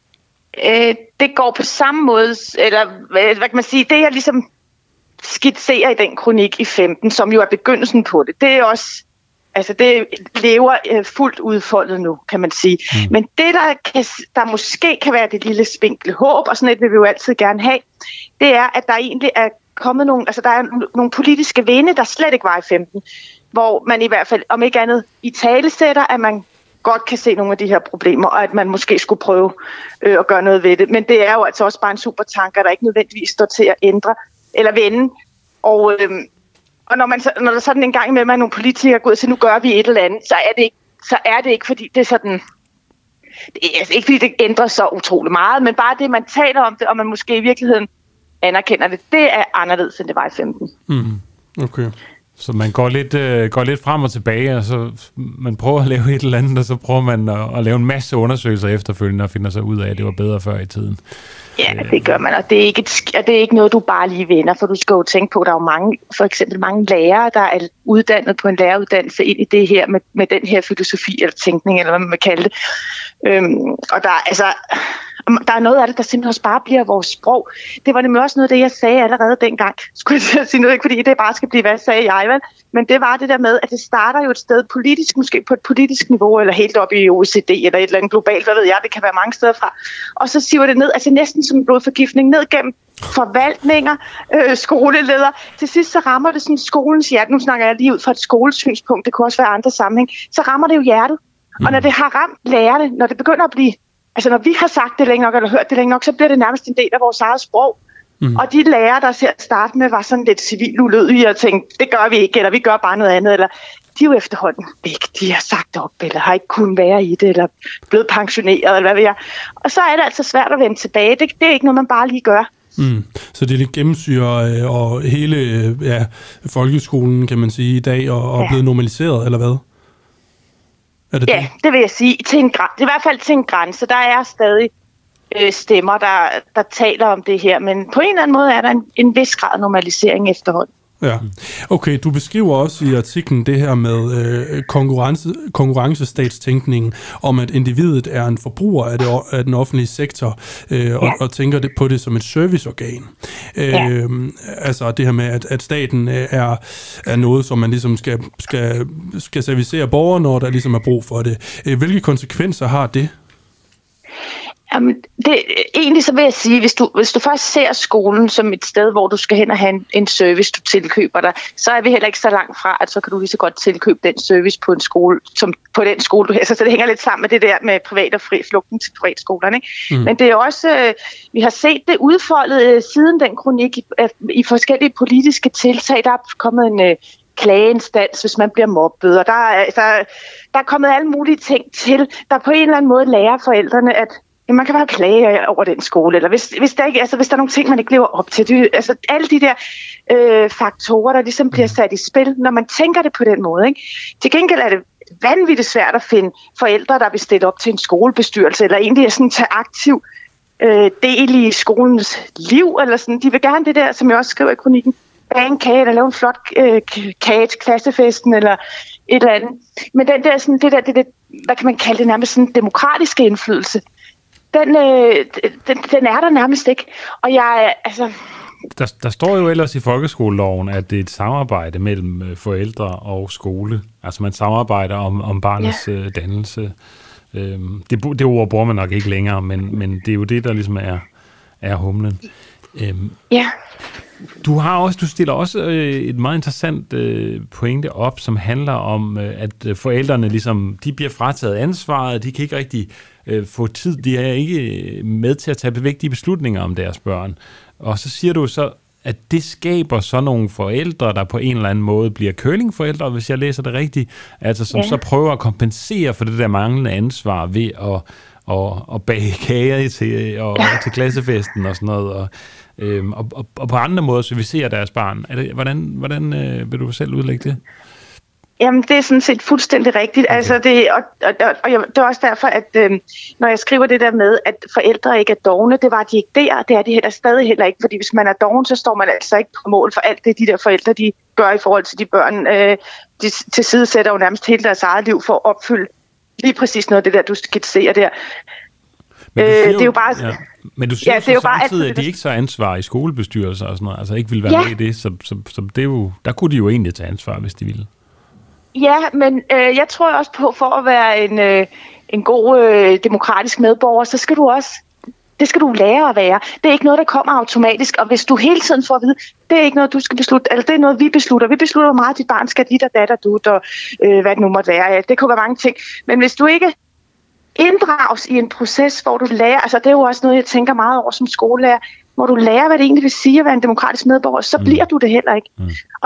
Det går på samme måde, eller hvad kan man sige, det jeg ligesom skitserer i den kronik i 15, som jo er begyndelsen på det, det er også, altså det lever fuldt udfoldet nu, kan man sige. Men det, der måske kan være det lille spinkle håb, og sådan et vil vi jo altid gerne have, det er, at der egentlig er kommet der er nogle politiske vinde, der slet ikke var i 15, hvor man i hvert fald, om ikke andet, i talesætter, at man godt kan se nogle af de her problemer, og at man måske skulle prøve at gøre noget ved det. Men det er jo altså også bare en supertanker, der ikke nødvendigvis står til at ændre eller vende. Og når der sådan en gang imellem er nogle politikere går ud til, nu gør vi et eller andet, så er det ikke fordi det er sådan, det er altså ikke fordi det ændrer så utrolig meget, men bare det, man taler om det, og man måske i virkeligheden anerkender det, det er anderledes, end det var i 15. Okay. Så man går lidt frem og tilbage, og så man prøver at lave et eller andet, og så prøver man at lave en masse undersøgelser efterfølgende, og finder sig ud af, at det var bedre før i tiden. Ja, det gør man, og det er ikke noget, du bare lige vender, for du skal jo tænke på, at der er jo for eksempel mange lærere, der er uddannet på en læreruddannelse ind i det her, med den her filosofi eller tænkning, eller hvad man vil kalde det. Og der er noget af det, der simpelthen også bare bliver vores sprog. Det var nemlig også noget af det, jeg sagde allerede dengang. Skulle jeg sige noget, ikke fordi det bare skal blive, hvad sagde jeg, vel? Men det var det der med, at det starter jo et sted politisk, måske på et politisk niveau, eller helt op i OECD, eller et eller andet globalt, hvad ved jeg, det kan være mange steder fra. Og så siver det ned, altså næsten som en blodforgiftning, ned gennem forvaltninger, skoleledere. Til sidst så rammer det sådan skolens hjerte. Nu snakker jeg lige ud fra et skolesynspunkt, det kunne også være andre sammenhæng. Så rammer det jo hjertet. Og når det har ramt lærerne, når det begynder at blive, altså når vi har sagt det længe nok, eller hørt det længe nok, så bliver det nærmest en del af vores eget sprog. Og de lærere, der til at starte med, var sådan lidt civil ulydige og tænkte, det gør vi ikke, eller vi gør bare noget andet, eller de er jo efterhånden væk, de har sagt op, eller har ikke kunnet være i det, eller blevet pensioneret, eller hvad ved jeg. Og så er det altså svært at vende tilbage. Det er ikke noget, man bare lige gør. Så det er lidt gennemsyret, og hele folkeskolen, kan man sige, i dag, og blevet normaliseret, eller hvad? Er det det vil jeg sige. Det er i hvert fald til en grænse. Der er stadig stemmer, der taler om det her, men på en eller anden måde er der en vis grad af normalisering efterhånden. Ja, okay. Du beskriver også i artiklen det her med konkurrencestatstænkningen, om at individet er en forbruger af den offentlige sektor, og tænker det på det som et serviceorgan. Altså det her med, at staten er noget, som man ligesom skal servicere borgere, når der ligesom er brug for det. Hvilke konsekvenser har det? Jamen, egentlig så vil jeg sige, hvis du først ser skolen som et sted, hvor du skal hen og have en service, du tilkøber dig, så er vi heller ikke så langt fra, at så kan du lige så godt tilkøbe den service på en skole, som på den skole, du har. Så det hænger lidt sammen med det der med privat og fri flugten til privatskolerne, ikke? Men det er også, vi har set det udfoldet siden den kronik i forskellige politiske tiltag. Der er kommet en klageinstans, hvis man bliver mobbet, og der er kommet alle mulige ting til, der på en eller anden måde lærer forældrene, at man kan bare klage over den skole, eller hvis der er nogle ting, man ikke lever op til. Altså alle de der faktorer, der ligesom bliver sat i spil, når man tænker det på den måde, ikke? Til gengæld er det vanvittigt svært at finde forældre, der vil stille op til en skolebestyrelse, eller egentlig er sådan tage aktiv del i skolens liv, eller sådan. De vil gerne det der, som jeg også skriver i kronikken, bage en kage, eller lave en flot kage til klassefesten, eller eller andet. Men den der, sådan, det, hvad kan man kalde det, nærmest sådan demokratiske indflydelse, den er der nærmest ikke. Og jeg, altså... Der står jo ellers i folkeskoleloven, at det er et samarbejde mellem forældre og skole. Altså man samarbejder om barnets dannelse. Det ord bruger man nok ikke længere, men det er jo det, der ligesom er humlen. Du stiller også et meget interessant pointe op, som handler om, at forældrene ligesom, de bliver frataget ansvaret, de kan ikke rigtig få tid, de er ikke med til at tage vigtige beslutninger om deres børn. Og så siger du så, at det skaber så nogle forældre, der på en eller anden måde bliver curlingforældre, hvis jeg læser det rigtigt, altså som så prøver at kompensere for det der manglende ansvar ved at bage kager til klassefesten og sådan noget, og på andre måder servicere deres barn. Hvordan vil du selv udlægge det? Jamen, det er sådan set fuldstændig rigtigt. Okay. Altså, det er også derfor, at når jeg skriver det der med, at forældre ikke er dovne, det var de ikke der, det er de heller stadig heller ikke, fordi hvis man er doven, så står man altså ikke på mål for alt det, de der forældre, de gør i forhold til de børn. De tilsidesætter jo nærmest hele deres eget liv for at opfylde lige præcis noget af det der, du skitserer der. Det er jo bare... Ja. Men du siger jo samtidig, at de ikke så ansvar i skolebestyrelser og sådan noget, altså ikke vil være med i det, så det er jo, der kunne de jo egentlig tage ansvar, hvis de ville. Ja, men jeg tror også på, for at være en god demokratisk medborger, så skal du også, det skal du lære at være. Det er ikke noget, der kommer automatisk, og hvis du hele tiden får at vide, det er ikke noget, du skal beslutte, eller det er noget, vi beslutter. Vi beslutter, hvor meget dit barn skal dit og datter du, og hvad det nu måtte være. Det kunne være mange ting. Men hvis du ikke inddrages i en proces, hvor du lærer, altså det er jo også noget, jeg tænker meget over som skolelærer, hvor du lærer, hvad det egentlig vil sige at være en demokratisk medborger, så bliver du det heller ikke.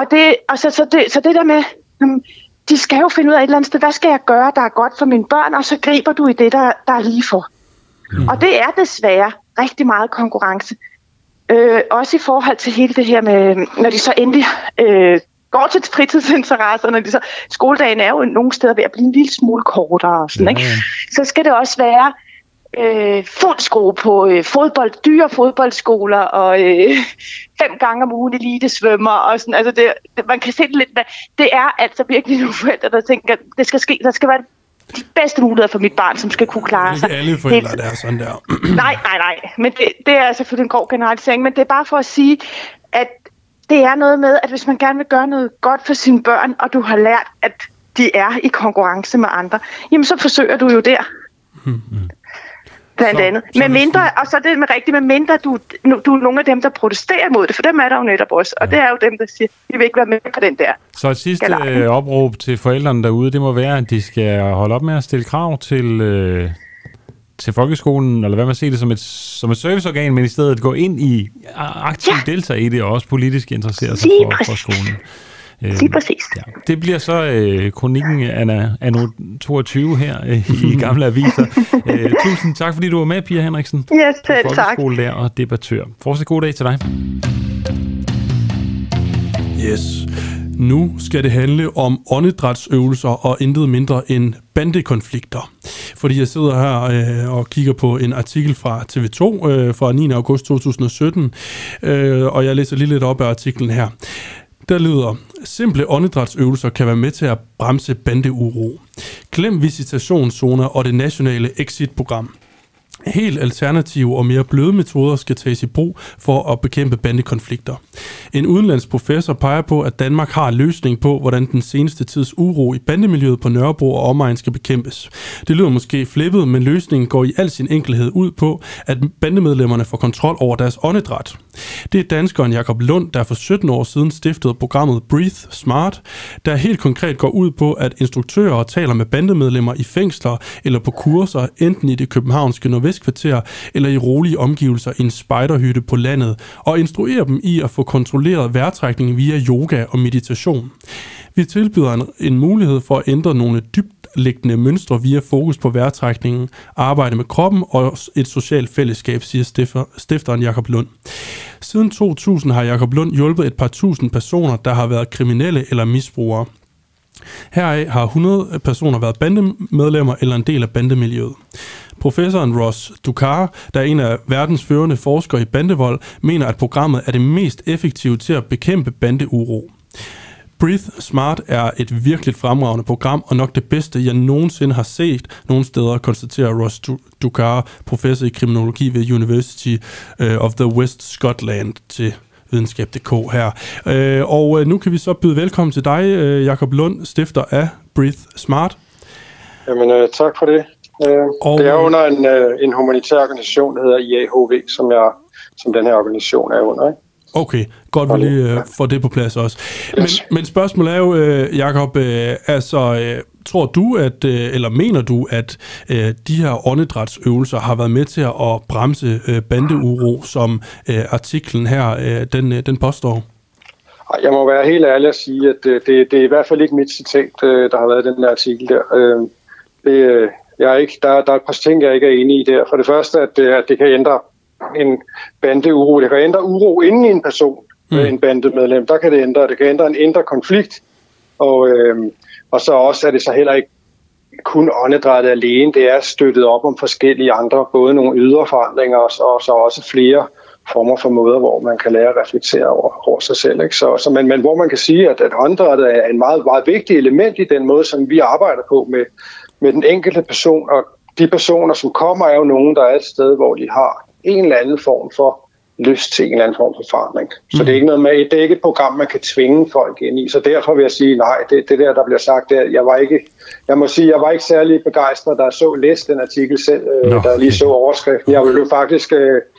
Så det der med... De skal jo finde ud af et eller andet sted, hvad skal jeg gøre, der er godt for mine børn, og så griber du i det, der er lige for. Og det er desværre rigtig meget konkurrence. Også i forhold til hele det her med, når de så endelig går til fritidsinteresserne, skoledagen er jo nogle steder ved at blive en lille smule kortere. Og sådan, ikke? Så skal det også være fuld skrue på dyre fodboldskoler og 5 gange om ugen elitesvømmer og sådan. Altså man kan se det lidt. Det er altså virkelig nogle forældre, der tænker, det skal ske. Der skal være de bedste muligheder for mit barn, som skal kunne klare sig. Det er alle forældre, der er sådan der. Nej. Men det er selvfølgelig en grov generalisering, men det er bare for at sige, at det er noget med, at hvis man gerne vil gøre noget godt for sine børn, og du har lært, at de er i konkurrence med andre, jamen så forsøger du jo der. Blandt andet. Med mindre, og så er det rigtigt, med mindre du er nogle af dem, der protesterer mod det, for dem er der jo netop også. Og det er jo dem, der siger, vi vil ikke være med på den der. Så et sidste opråb til forældrene derude, det må være, at de skal holde op med at stille krav til folkeskolen, eller hvad man siger det, som et serviceorgan, men i stedet gå ind i aktivt deltage i det, og også politisk interessere sig for skolen. Lige præcis. Ja. Det bliver så kronikken anno 22 her i gamle aviser. Tusind tak, fordi du var med, Pia Henriksen. Ja, selv tak. Folkeskolelærer og debattør. Fortsat god dag til dig. Yes. Nu skal det handle om åndedrætsøvelser og intet mindre end bandekonflikter. Fordi jeg sidder her og kigger på en artikel fra TV2 fra 9. august 2017, og jeg læser lige lidt op af artiklen her. Der lyder, simple åndedrætsøvelser kan være med til at bremse bandeuro. Glem visitationszoner og det nationale exit-program. Helt alternative og mere bløde metoder skal tages i brug for at bekæmpe bandekonflikter. En udenlandsk professor peger på, at Danmark har en løsning på, hvordan den seneste tids uro i bandemiljøet på Nørrebro og omegn skal bekæmpes. Det lyder måske flippet, men løsningen går i al sin enkelhed ud på, at bandemedlemmerne får kontrol over deres åndedræt. Det er danskeren Jakob Lund, der for 17 år siden stiftede programmet Breathe Smart, der helt konkret går ud på, at instruktører taler med bandemedlemmer i fængsler eller på kurser, enten i det københavnske Nordvestkvarter eller i rolige omgivelser i en spejderhytte på landet, og instruerer dem i at få kontrolleret vejrtrækning via yoga og meditation. Vi tilbyder en mulighed for at ændre nogle dybtliggende mønstre via fokus på vejrtrækningen, arbejde med kroppen og et socialt fællesskab, siger stifteren Jakob Lund. Siden 2000 har Jakob Lund hjulpet et par tusind personer, der har været kriminelle eller misbrugere. Heraf har 100 personer været bandemedlemmer eller en del af bandemiljøet. Professoren Ross Dukar, der er en af verdens førende forskere i bandevold, mener, at programmet er det mest effektive til at bekæmpe bandeuro. Breathe Smart er et virkelig fremragende program, og nok det bedste, jeg nogensinde har set nogle steder, konstaterer Ross Dukar, professor i kriminologi ved University of the West Scotland, til videnskab.dk her. Og nu kan vi så byde velkommen til dig, Jakob Lund, stifter af Breathe Smart. Jamen, tak for det. Det er under en humanitær organisation, der hedder IAHV, som den her organisation er under, ikke? Okay, godt vi lige får det på plads også. Yes. Men spørgsmålet er jo, Jakob, tror du, eller mener du, at de her åndedrætsøvelser har været med til at bremse bandeuro, som artiklen her, den påstår? Jeg må være helt ærlig at sige, at det er i hvert fald ikke mit citat, der har været i den der artikel der. Der er et par ting, jeg ikke er enig i der. For det første, at det kan ændre en bandeuro. Det kan ændre uro inden i en person, en bandemedlem. Der kan det ændre. Det kan ændre en indre konflikt. Og så også er det så heller ikke kun åndedrættet alene. Det er støttet op om forskellige andre, både nogle ydre forandringer og så også flere former for måder, hvor man kan lære at reflektere over sig selv. Ikke? Men hvor man kan sige, at åndedrættet er en meget, meget vigtig element i den måde, som vi arbejder på med den enkelte person. Og de personer, som kommer, er jo nogen, der er et sted, hvor de har en eller anden form for lyst til en eller anden form for forandring. Så det er ikke noget med, det er ikke et program, man kan tvinge folk ind i. Så derfor vil jeg sige, nej, det der bliver sagt der, jeg må sige, jeg var ikke særlig begejstret, da jeg læste den artikel selv, da jeg lige så overskriften. Jeg ville faktisk,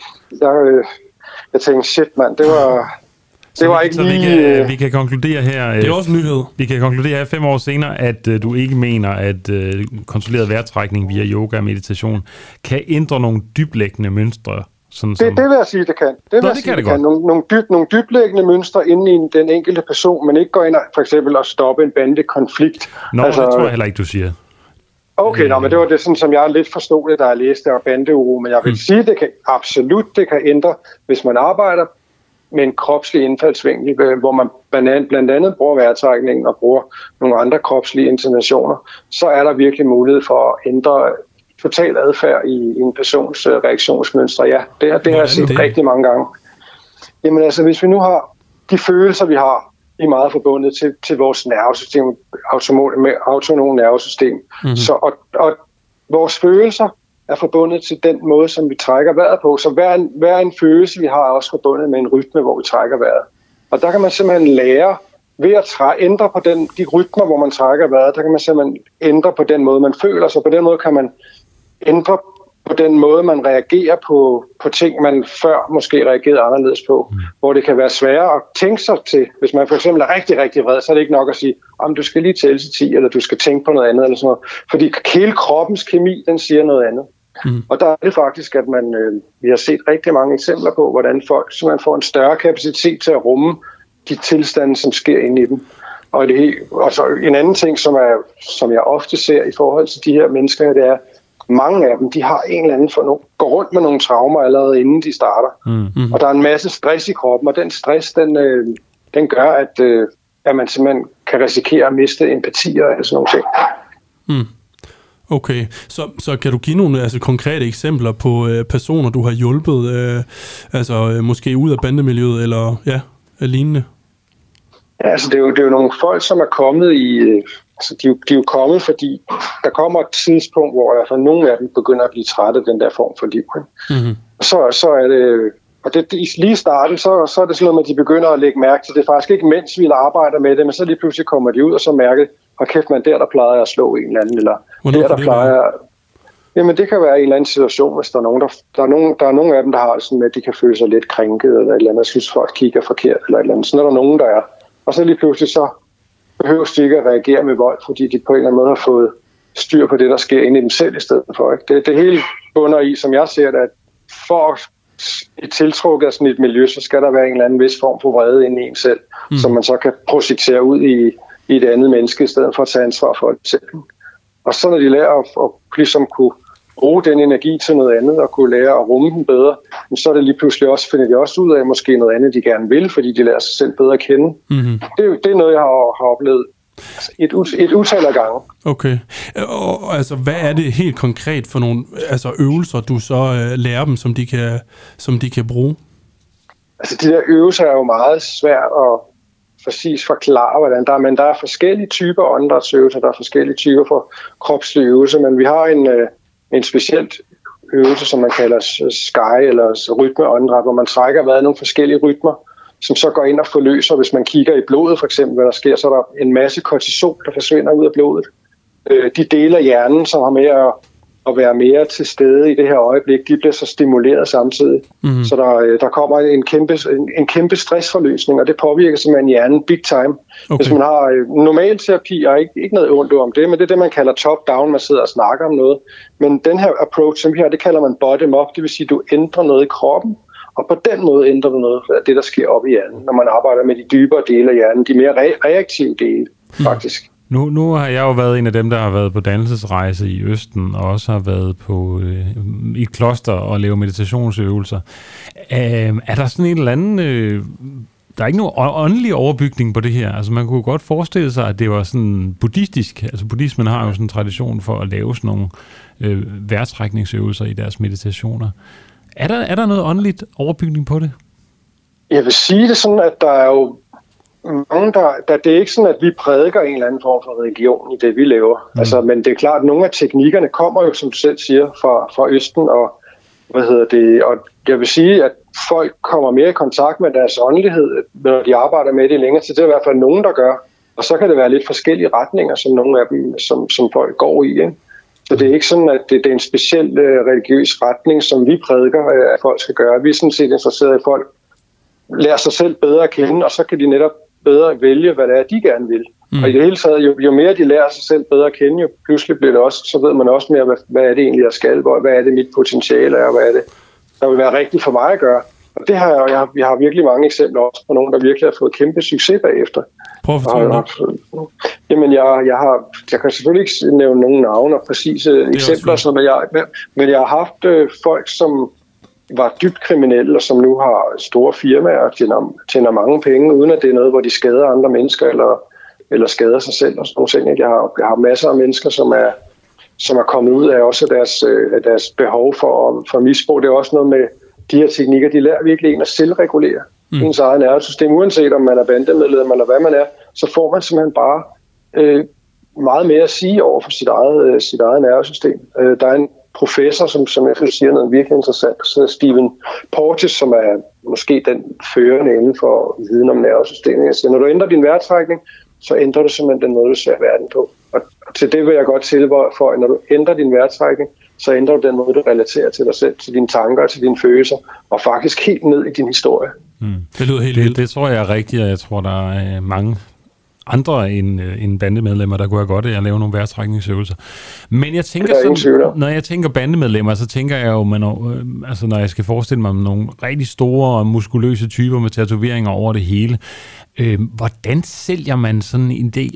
jeg tænkte, shit mand, det var ikke lige... Vi kan konkludere her... Det er også en nyhed. Vi kan konkludere her 5 år senere, at du ikke mener, at kontrolleret vejrtrækning via yoga og meditation kan ændre nogle dyblæggende mønstre. Det vil jeg sige, det kan. Det kan. Nogle dyblæggende mønstre inde i den enkelte person, men ikke går ind og for eksempel at stoppe en bandekonflikt. Nå, det tror jeg heller ikke, du siger. Okay, men det var det sådan, som jeg lidt forstod det, da jeg læste der bandeuro. Men jeg vil sige, det kan det kan ændre, hvis man arbejder med en kropslig indfaldsvinkel, hvor man blandt andet bruger vejrtrækningen og bruger nogle andre kropslige intonationer, så er der virkelig mulighed for at ændre total adfærd i en persons reaktionsmønstre. Ja, det har jeg set rigtig mange gange. Jamen altså, hvis vi nu har de følelser, vi har, er meget forbundet til vores nervesystem, autonom nervesystem. Og vores følelser er forbundet til den måde, som vi trækker vejret på. Så hver en følelse, vi har, er også forbundet med en rytme, hvor vi trækker vejret. Og der kan man simpelthen lære, ved at ændre på de rytmer, hvor man trækker vejret, der kan man simpelthen ændre på den måde, man føler sig. På den måde kan man ændre på den måde, man reagerer på ting, man før måske reagerede anderledes på. Hvor det kan være sværere at tænke sig til. Hvis man for eksempel er rigtig, rigtig vred, så er det ikke nok at sige, du skal lige tælle til 10, eller du skal tænke på noget andet, eller sådan noget. Fordi hele kroppens kemi, den siger noget andet. Og der er det faktisk, at vi har set rigtig mange eksempler på, hvordan folk simpelthen får en større kapacitet til at rumme de tilstande, som sker inde i dem. Og så en anden ting, som jeg ofte ser i forhold til de her mennesker, det er, mange af dem, de har en eller anden går rundt med nogle traumer allerede inden de starter. Og der er en masse stress i kroppen, og den stress, den gør, at man simpelthen kan risikere at miste empati og sådan nogle ting. Okay, så kan du give nogle konkrete eksempler på personer, du har hjulpet, måske ud af bandemiljøet, eller lignende? Ja, altså det er jo nogle folk, som er kommet i... de er jo kommet, fordi der kommer et tidspunkt, hvor i hvert fald nogle af dem begynder at blive trætte af den der form for liv. Så er det... Og det lige i starten, så er det sådan noget med, at de begynder at lægge mærke til det. Faktisk ikke mens vi arbejder med det, men så lige pludselig kommer de ud og så mærker, og kæft man, der plejer at slå en eller anden, eller der plejer... Jamen det kan være en eller anden situation, hvis der er nogen, der er nogle af dem, der har sådan med, at de kan føle sig lidt krænket, eller et eller andet, synes folk kigger forkert, eller et eller andet. Sådan er der nogen, der er. Og så lige pludselig så behøver de ikke at reagere med vold, fordi de på en eller anden måde har fået styr på det, der sker inde i dem selv i stedet for. Ikke? Det hele bunder i, som jeg ser det, at for at blive tiltrukket af sådan et miljø, så skal der være en eller anden vis form for vrede inde i en selv, som man så kan projektere ud i et andet menneske, i stedet for at tage ansvar for det selv. Og så når de lærer at ligesom kunne bruge den energi til noget andet, og kunne lære at rumme den bedre, så er det lige pludselig også, finder de også ud af måske noget andet, de gerne vil, fordi de lærer sig selv bedre at kende. Det er noget, jeg har oplevet et utal af gange. Okay. Og hvad er det helt konkret for nogle øvelser, du så lærer dem, som de kan bruge? Altså, de der øvelser er jo meget svært at præcis forklare, hvordan der er forskellige typer åndedrætsøvelser, der er forskellige typer for kropslige øvelser, men vi har en specielt øvelse, som man kalder sky eller rytmeåndedræt, hvor man trækker vejret nogle forskellige rytmer, som så går ind og forløser. Hvis man kigger i blodet for eksempel, hvad der sker, så er der en masse kortisol, der forsvinder ud af blodet. De dele af hjernen, som har med at være mere til stede i det her øjeblik, de bliver så stimuleret samtidig. Mm-hmm. Så der kommer en kæmpe stressforløsning, og det påvirker simpelthen hjernen big time. Okay. Hvis man har normal terapi, og ikke noget ondt om det, men det er det, man kalder top-down, man sidder og snakker om noget. Men den her approach, som vi har, det kalder man bottom-up, det vil sige, at du ændrer noget i kroppen, og på den måde ændrer du noget af det, der sker op i hjernen, når man arbejder med de dybere dele af hjernen, de mere reaktive dele, faktisk. Nu har jeg jo været en af dem, der har været på dannelsesrejse i Østen, og også har været i et kloster og lave meditationsøvelser. Er der sådan en eller anden... der er ikke nogen åndelig overbygning på det her. Altså man kunne godt forestille sig, at det var sådan buddhistisk. Altså buddhismen har jo sådan en tradition for at lave sådan nogle vejrtrækningsøvelser i deres meditationer. Er der noget åndeligt overbygning på det? Jeg vil sige det sådan, at der er jo mange, det er ikke sådan, at vi prædiker en eller anden form for religion i det, vi laver. Mm. Altså, men det er klart, at nogle af teknikkerne kommer jo, som du selv siger, fra Østen, og og jeg vil sige, at folk kommer mere i kontakt med deres åndelighed, når de arbejder med det længere tid. Det er i hvert fald nogen, der gør. Og så kan det være lidt forskellige retninger, som nogle af dem, som folk går i. Ikke? Så det er ikke sådan, at det er en speciel religiøs retning, som vi prædiker, at folk skal gøre. Vi er sådan set interesserede i, at folk lærer sig selv bedre at kende, og så kan de netop bedre vælge, hvad det er, de gerne vil. Mm. Og i det hele taget, jo mere de lærer sig selv bedre at kende, jo pludselig bliver det også, så ved man også mere, hvad er det egentlig, jeg skal, hvad er det, mit potentiale er, hvad er det, der vil være rigtigt for mig at gøre. Og det har vi har virkelig mange eksempler også på nogen, der virkelig har fået kæmpe succes bagefter. Prøv at fortælle. Jamen, jeg kan selvfølgelig ikke nævne nogen navne og præcise eksempler, men jeg har haft folk, som var dybt kriminelle, og som nu har store firmaer og tjener mange penge, uden at det er noget, hvor de skader andre mennesker eller skader sig selv og sådan noget. Jeg har masser af mennesker, som er kommet ud af også deres behov for misbrug. Det er også noget med de her teknikker, de lærer virkelig en at selvregulere ens eget nervesystem. Uanset om man er bandemedlem eller hvad man er, så får man simpelthen bare meget mere at sige over for sit eget nervesystem. Der er en professor, som jeg synes siger noget virkelig interessant, så Stephen Porges, som er måske den førende inden for viden om nervesystemet. Jeg siger, når du ændrer din vejrtrækning, så ændrer du simpelthen den måde, du ser verden på. Og til det vil jeg godt tilføje, for at når du ændrer din vejrtrækning, så ændrer du den måde, du relaterer til dig selv, til dine tanker, til dine følelser, og faktisk helt ned i din historie. Det lyder helt vildt. Det tror jeg er rigtigt, og jeg tror, der er mange andre end bandemedlemmer, der kunne have godt af at lave nogle vejrtrækningsøvelser. Men jeg tænker sådan, når jeg tænker bandemedlemmer, så tænker jeg jo, altså når jeg skal forestille mig nogle rigtig store og muskuløse typer med tatoveringer over det hele, hvordan sælger man sådan en idé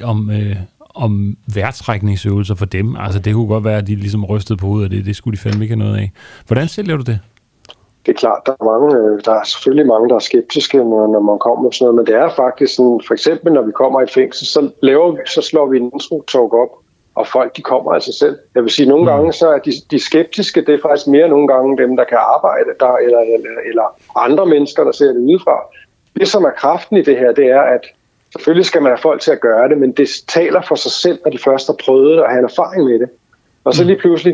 om vejrtrækningsøvelser for dem? Altså det kunne godt være, at de ligesom rystede på hovedet, og det skulle de fandme ikke have noget af. Hvordan sælger du det? Det er klart, der er selvfølgelig mange, der er skeptiske, når man kommer med sådan noget, men det er faktisk sådan, for eksempel når vi kommer i fængsel, så slår vi en intro-talk op, og folk de kommer af sig selv. Jeg vil sige, nogle gange så er de skeptiske, det er faktisk mere nogle gange dem, der kan arbejde der, eller andre mennesker, der ser det udefra. Det, som er kraften i det her, det er, at selvfølgelig skal man have folk til at gøre det, men det taler for sig selv, når de først har prøvet det og har en erfaring med det. Og så lige pludselig,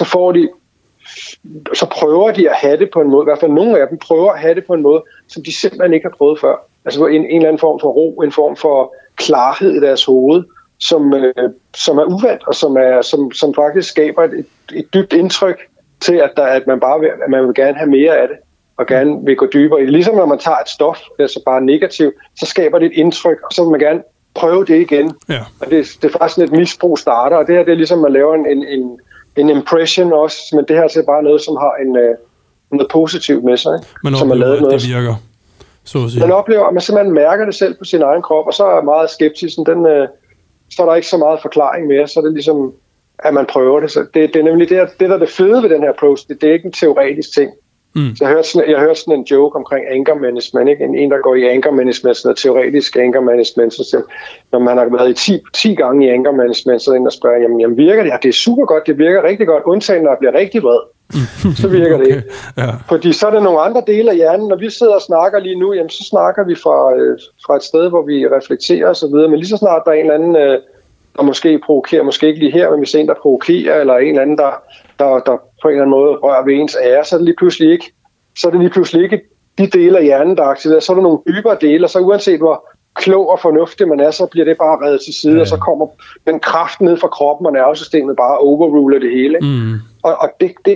så prøver de at have det på en måde, i hvert fald nogle af dem prøver at have det på en måde, som de simpelthen ikke har prøvet før. Altså en eller anden form for ro, en form for klarhed i deres hoved, som er uvandt, og som faktisk skaber et dybt indtryk til, at man vil gerne have mere af det, og gerne vil gå dybere i det. Ligesom når man tager et stof, altså bare negativt, så skaber det et indtryk, og så vil man gerne prøve det igen. Ja. Og det er faktisk sådan et misbrug starter, og det her det er ligesom, man laver en impression også, men det her er bare noget, som har noget positivt med sig. Man oplever, at det virker, så at sige. Man oplever, at man simpelthen mærker det selv på sin egen krop, og så er meget skeptisen, så er der ikke så meget forklaring mere, så er det ligesom, at man prøver det. Så det er nemlig det, der er det fede ved den her approach, det er ikke en teoretisk ting. Så jeg hørte sådan en joke omkring anger management, ikke? En der går i anger management, sådan noget teoretisk anger management, så når man har været i 10 gange i anger management, så er der en, der spørger, jamen virker det? Ja, det er super godt, det virker rigtig godt, undtagen når jeg bliver rigtig vred. Så virker det ikke. Ja. Fordi så er der nogle andre dele af hjernen. Når vi sidder og snakker lige nu, jamen, så snakker vi fra et sted, hvor vi reflekterer og så videre. Men lige så snart der er en eller anden, der måske provokerer, måske ikke lige her, men hvis en, der provokerer, eller en eller anden, der på en eller anden måde rører ved ens ære, så er det lige pludselig ikke de dele af hjernen, der er aktiveret. Så er der nogle dybere dele, og så uanset hvor klog og fornuftig man er, så bliver det bare redet til side, og så kommer den kraft ned fra kroppen, og nervesystemet bare overruler det hele. Og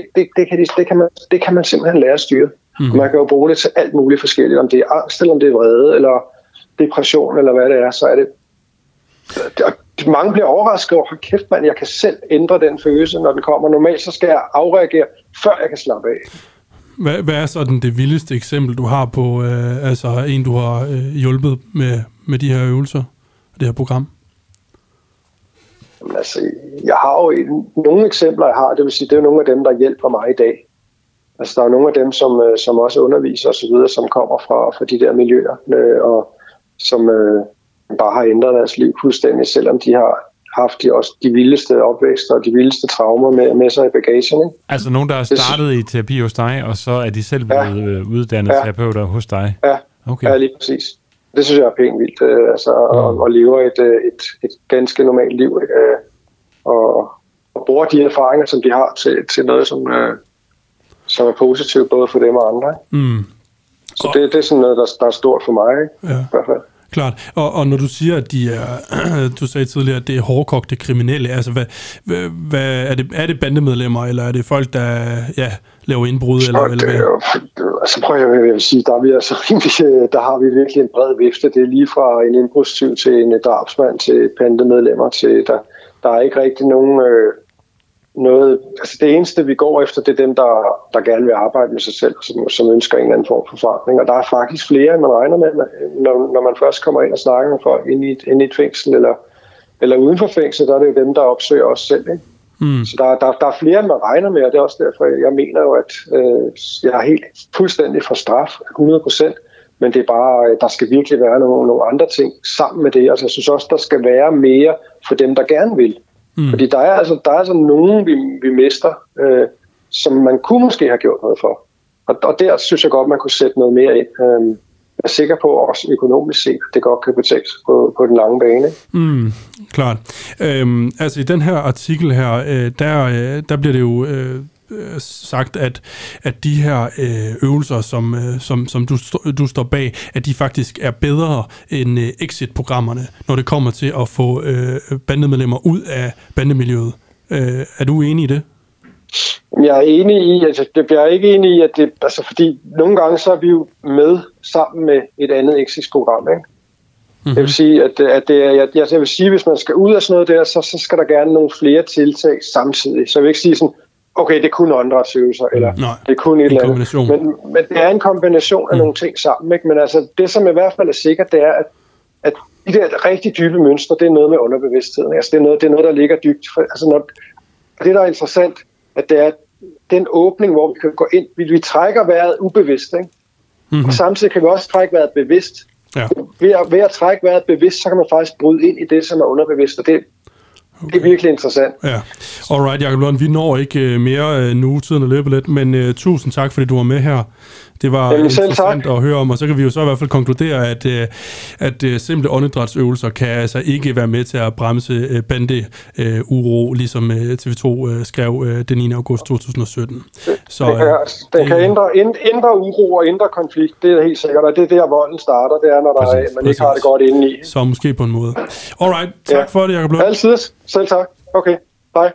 det kan man simpelthen lære at styre. Man kan jo bruge det til alt muligt forskelligt, om det er angst, eller om det er vrede, eller depression, eller hvad det er, så er det... Mange bliver overrasket over, hold kæft mand, jeg kan selv ændre den følelse, når den kommer. Normalt så skal jeg afreagere, før jeg kan slappe af. Hvad er sådan det vildeste eksempel, du har på en, du har hjulpet med de her øvelser, det her program? Jamen, altså, jeg har jo nogle eksempler, jeg har. Det vil sige, det er nogle af dem, der hjælper mig i dag. Altså, der er nogle af dem, som også underviser osv., som kommer fra de der miljøer, og som bare har ændret deres liv fuldstændig, selvom de har haft de vildeste opvækster og de vildeste traumer med sig i bagagen. Ikke? Altså nogen, der er startet i terapi hos dig, og så er de selv blevet uddannet terapeuter hos dig? Ja, okay. Ja, lige præcis. Det synes jeg er pænt vildt, og lever et ganske normalt liv, ikke? Og bruger de erfaringer, som de har til noget, som er positivt både for dem og andre. Ikke? Så det er sådan noget, der er stort for mig, ikke? Ja. I hvert fald. Klart. Og når du siger, at de er, du sagde tidligere, at det er hårdkogte kriminelle, altså hvad er det bandemedlemmer, eller er det folk, der laver indbrud? Altså prøv jeg vil sige, der har vi virkelig en bred vifte. Det er lige fra en indbrudstyv til en drabsmand til bandemedlemmer til, der er ikke rigtig nogen... noget, altså det eneste, vi går efter, det er dem, der gerne vil arbejde med sig selv, som ønsker en eller anden form for forandring. Og der er faktisk flere, end man regner med, når man først kommer ind og snakker med folk inde i et fængsel, eller uden for fængsel, der er det jo dem, der opsøger os selv. Ikke? Så der er flere, end man regner med, og det er også derfor, jeg mener jo, at jeg er helt fuldstændig for straf, 100%, men det er bare, der skal virkelig være nogle andre ting sammen med det. Altså jeg synes også, der skal være mere for dem, der gerne vil. Fordi der er altså nogen, vi mister, som man kunne måske have gjort noget for. Og der synes jeg godt, man kunne sætte noget mere ind. Jeg er sikker på, også økonomisk set, det godt kan betale på den lange bane. Klart. Altså i den her artikel her, der bliver det jo sagt, at de her øvelser, som du står bag, at de faktisk er bedre end exit-programmerne, når det kommer til at få bandemedlemmer ud af bandemiljøet. Er du enig i det? Jeg er enig i, jeg er ikke enig i, at det, altså fordi nogle gange så er vi jo med sammen med et andet exit-program, ikke? Jeg vil sige, jeg vil sige, hvis man skal ud af sådan noget der, så skal der gerne nogle flere tiltag samtidig. Så jeg vil ikke sige sådan, okay, det er kun åndedrætsøvelser, eller det er kun et eller andet. Men det er en kombination af nogle ting sammen, ikke? Men altså, det som i hvert fald er sikkert, det er, at de der rigtig dybe mønstre, det er noget med underbevidstheden. Altså, det er noget, der ligger dybt. Altså, det, der er interessant, at det er den åbning, hvor vi kan gå ind. Vi trækker vejret ubevidst, ikke? Og samtidig kan vi også trække vejret bevidst. Ja. Ved at trække vejret bevidst, så kan man faktisk bryde ind i det, som er underbevidst, og det er virkelig interessant. Ja. Alright, Jakob Lund, vi når ikke mere nu, tiden er løbet lidt, men tusind tak, fordi du var med her. Det var interessant at høre om, og så kan vi jo så i hvert fald konkludere, at simple åndedrætsøvelser kan altså ikke være med til at bremse bandeuro, ligesom TV2 skrev den 9. august 2017. Så, den kan ændre uro og ændre konflikt, det er helt sikkert, og det er der, volden starter, det er, når man ikke har det godt indeni. Så måske på en måde. Alright, tak for det, Jakob Lund. Altid. Selv tak. Okay, bye.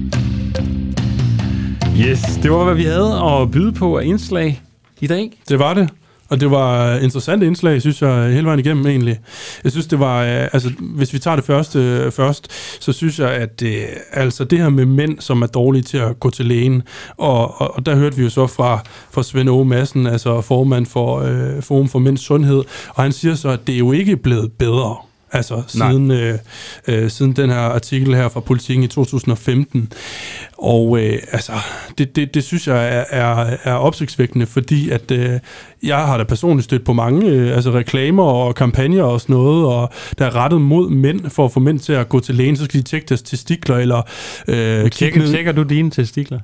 Yes, det var, hvad vi havde at byde på af indslag i dag. Det var det. Og det var interessante indslag, synes jeg, hele vejen igennem egentlig. Jeg synes, det var, altså hvis vi tager det første først, så synes jeg, at altså det her med mænd, som er dårlige til at gå til lægen, og der hørte vi jo så fra Svend Åge Madsen, altså formand for Forum for Mænds Sundhed, og han siger så, at det er jo ikke blevet bedre. Altså siden den her artikel her fra Politiken i 2015. Og altså, det synes jeg er opsigtsvækkende, fordi at jeg har da personligt stødt på mange reklamer og kampagner og sådan noget, og der er rettet mod mænd for at få mænd til at gå til lægen, så skal de tjekke deres testikler, eller Tjekker du dine testikler?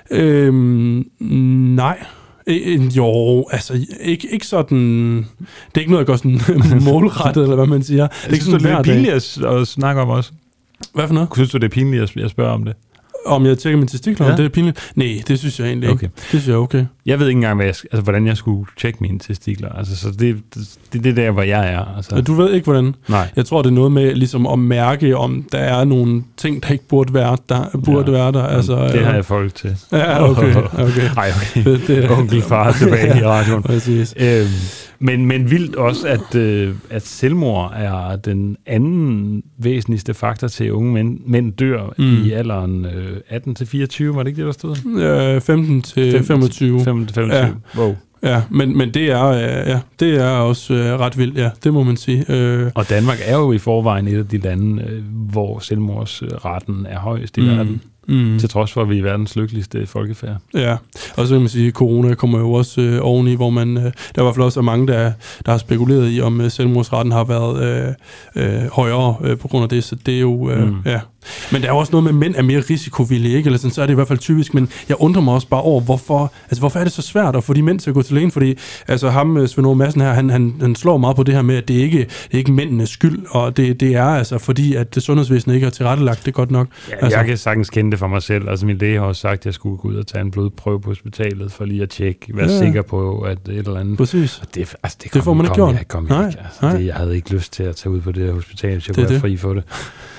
Nej. Jo, altså ikke sådan. Det er ikke noget, jeg går sådan målrettet, eller hvad man siger. Det er ikke sådan, det er pinligt at snakke om også. Hvad for noget? Synes du, det er pinligt, at jeg spørger om det? Om jeg tjekker mine testikler, det er pinligt? Nej, det synes jeg egentlig ikke. Det synes jeg er okay. Jeg ved ikke engang, hvordan jeg skulle tjekke mine testikler. Altså, så det er der, hvor jeg er. Altså. Du ved ikke, hvordan? Nej. Jeg tror, det er noget med ligesom at mærke, om der er nogle ting, der ikke burde være der. Altså, det har jeg folk til. Ja, okay. Ej, okay. Det er onkel far tilbage i radioen. Præcis. Men vildt også, at selvmord er den anden væsentligste faktor til unge mænd dør i alderen 18-24, var det ikke det, der stod? 15-25. 15-25, ja. Wow. Ja, men det er også ret vildt, ja, det må man sige. Og Danmark er jo i forvejen et af de lande, hvor selvmordsraten er højst i verden. Til trods for, at vi er verdens lykkeligste folkefærd. Ja, og så kan man sige, at corona kommer jo også oveni, hvor man, der er i hvert fald også mange, der har spekuleret i, om selvmordsraten har været højere på grund af det, så det er jo, ja. Men der er også noget med, at mænd er mere risikovillige, ikke? Eller sådan, så er det i hvert fald typisk, men jeg undrer mig også bare over, hvorfor er det så svært at få de mænd til at gå til lægen, fordi altså ham, Svend Aage Madsen her, han slår meget på det her med, at det er ikke mændenes skyld, og det er altså fordi, at det sundhedsvæsenet ikke har tilrettelagt det godt nok. Ja, altså, jeg kan sagtens kende det for mig selv. Altså min læge har også sagt, at jeg skulle gå ud og tage en blodprøve på hospitalet, for lige at tjekke, være sikker på, at et eller andet. Præcis. Det får man ikke gjort. Nej. Jeg havde ikke lyst til at tage ud på det her hospital, hvis jeg kunne være fri for det.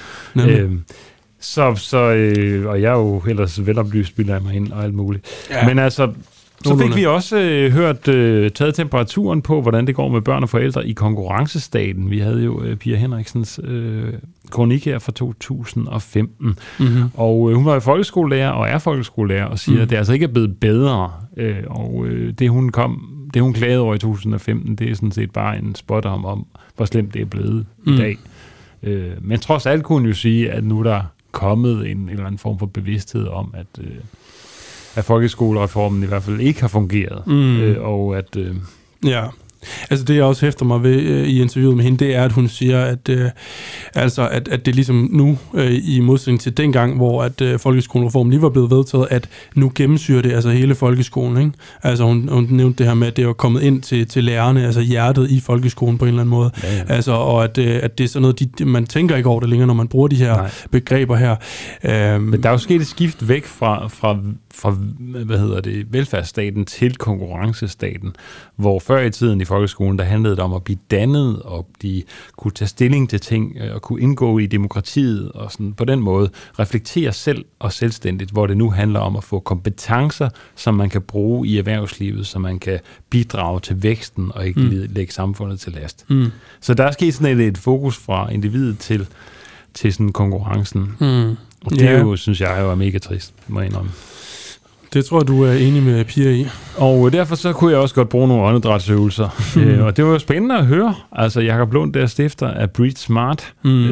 Og jeg er jo ellers veloplyst, bilder jeg mig ind og alt muligt. Ja. Men altså, så fik vi også taget temperaturen på, hvordan det går med børn og forældre i konkurrencestaten. Vi havde jo Pia Henriksens kronik her fra 2015. Mm-hmm. Og hun var folkeskolelærer og er folkeskolelærer og siger, at det altså ikke er blevet bedre. Og det hun klagede over i 2015, det er sådan set bare en spot om hvor slemt det er blevet i dag. Men trods alt kunne hun jo sige, at nu er der kommet en eller anden form for bevidsthed om, at folkeskolereformen i hvert fald ikke har fungeret. Og at... Ja. Altså det, jeg også hæfter mig ved i interviewet med hende, det er, at hun siger, at det ligesom nu, i modsætning til dengang, hvor at folkeskolereformen lige var blevet vedtaget, at nu gennemsyrer det altså hele folkeskolen, ikke? Altså hun nævnte det her med, at det er kommet ind til lærerne, altså hjertet i folkeskolen på en eller anden måde. Ja. Altså, og at det er sådan noget, man tænker ikke over det længere, når man bruger de her begreber her. Men der er jo sket et skift væk fra velfærdsstaten til konkurrencestaten, hvor før i tiden i folkeskolen, der handlede det om at blive dannet, og kunne tage stilling til ting, og kunne indgå i demokratiet, og sådan på den måde reflektere selv og selvstændigt, hvor det nu handler om at få kompetencer, som man kan bruge i erhvervslivet, så man kan bidrage til væksten, og ikke lægge samfundet til last. Så der er sket sådan et fokus fra individet til sådan konkurrencen. Og det er jo, synes jeg, er mega trist, må jeg indrømme. Det tror jeg, du er enig med Pia i. Og derfor så kunne jeg også godt bruge nogle åndedrætsøvelser. Og det var jo spændende at høre. Altså, Jakob Lund, der stifter af Breathe Smart.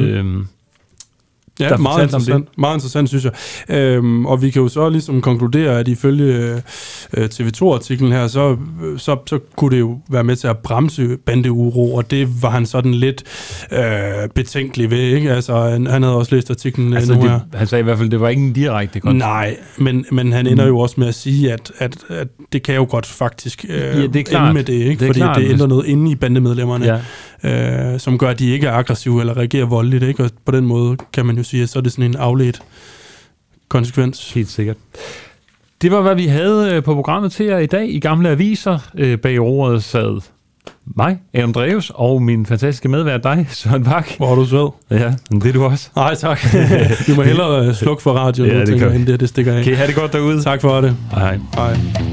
Ja, meget interessant, synes jeg. Og vi kan jo så ligesom konkludere, at ifølge TV2-artiklen her, så kunne det jo være med til at bremse bandeuro, og det var han sådan lidt betænkelig ved, ikke? Altså, han havde også læst artiklen altså, nu her. Han sagde i hvert fald, det var ikke en direkte godt. Nej, men han ender jo også med at sige, at det kan jo godt faktisk ende med det, ikke? Fordi det ændrer noget inde i bandemedlemmerne. Ja. Som gør, at de ikke er aggressive eller reagerer voldeligt, ikke? Og på den måde kan man jo sige, at så er det sådan en afledt konsekvens. Helt sikkert. Det var, hvad vi havde på programmet til jer i dag i Gamle Aviser. Bag roret sad mig, Adam Dreves, og min fantastiske medvært dig, Søren Bak. Hvor er du sød. Ja, men det er du også. Nej, tak. Vi må hellere slukke for radioen, ja, det stikker af. Kan I have det godt derude? Tak for det. Hej. Hej.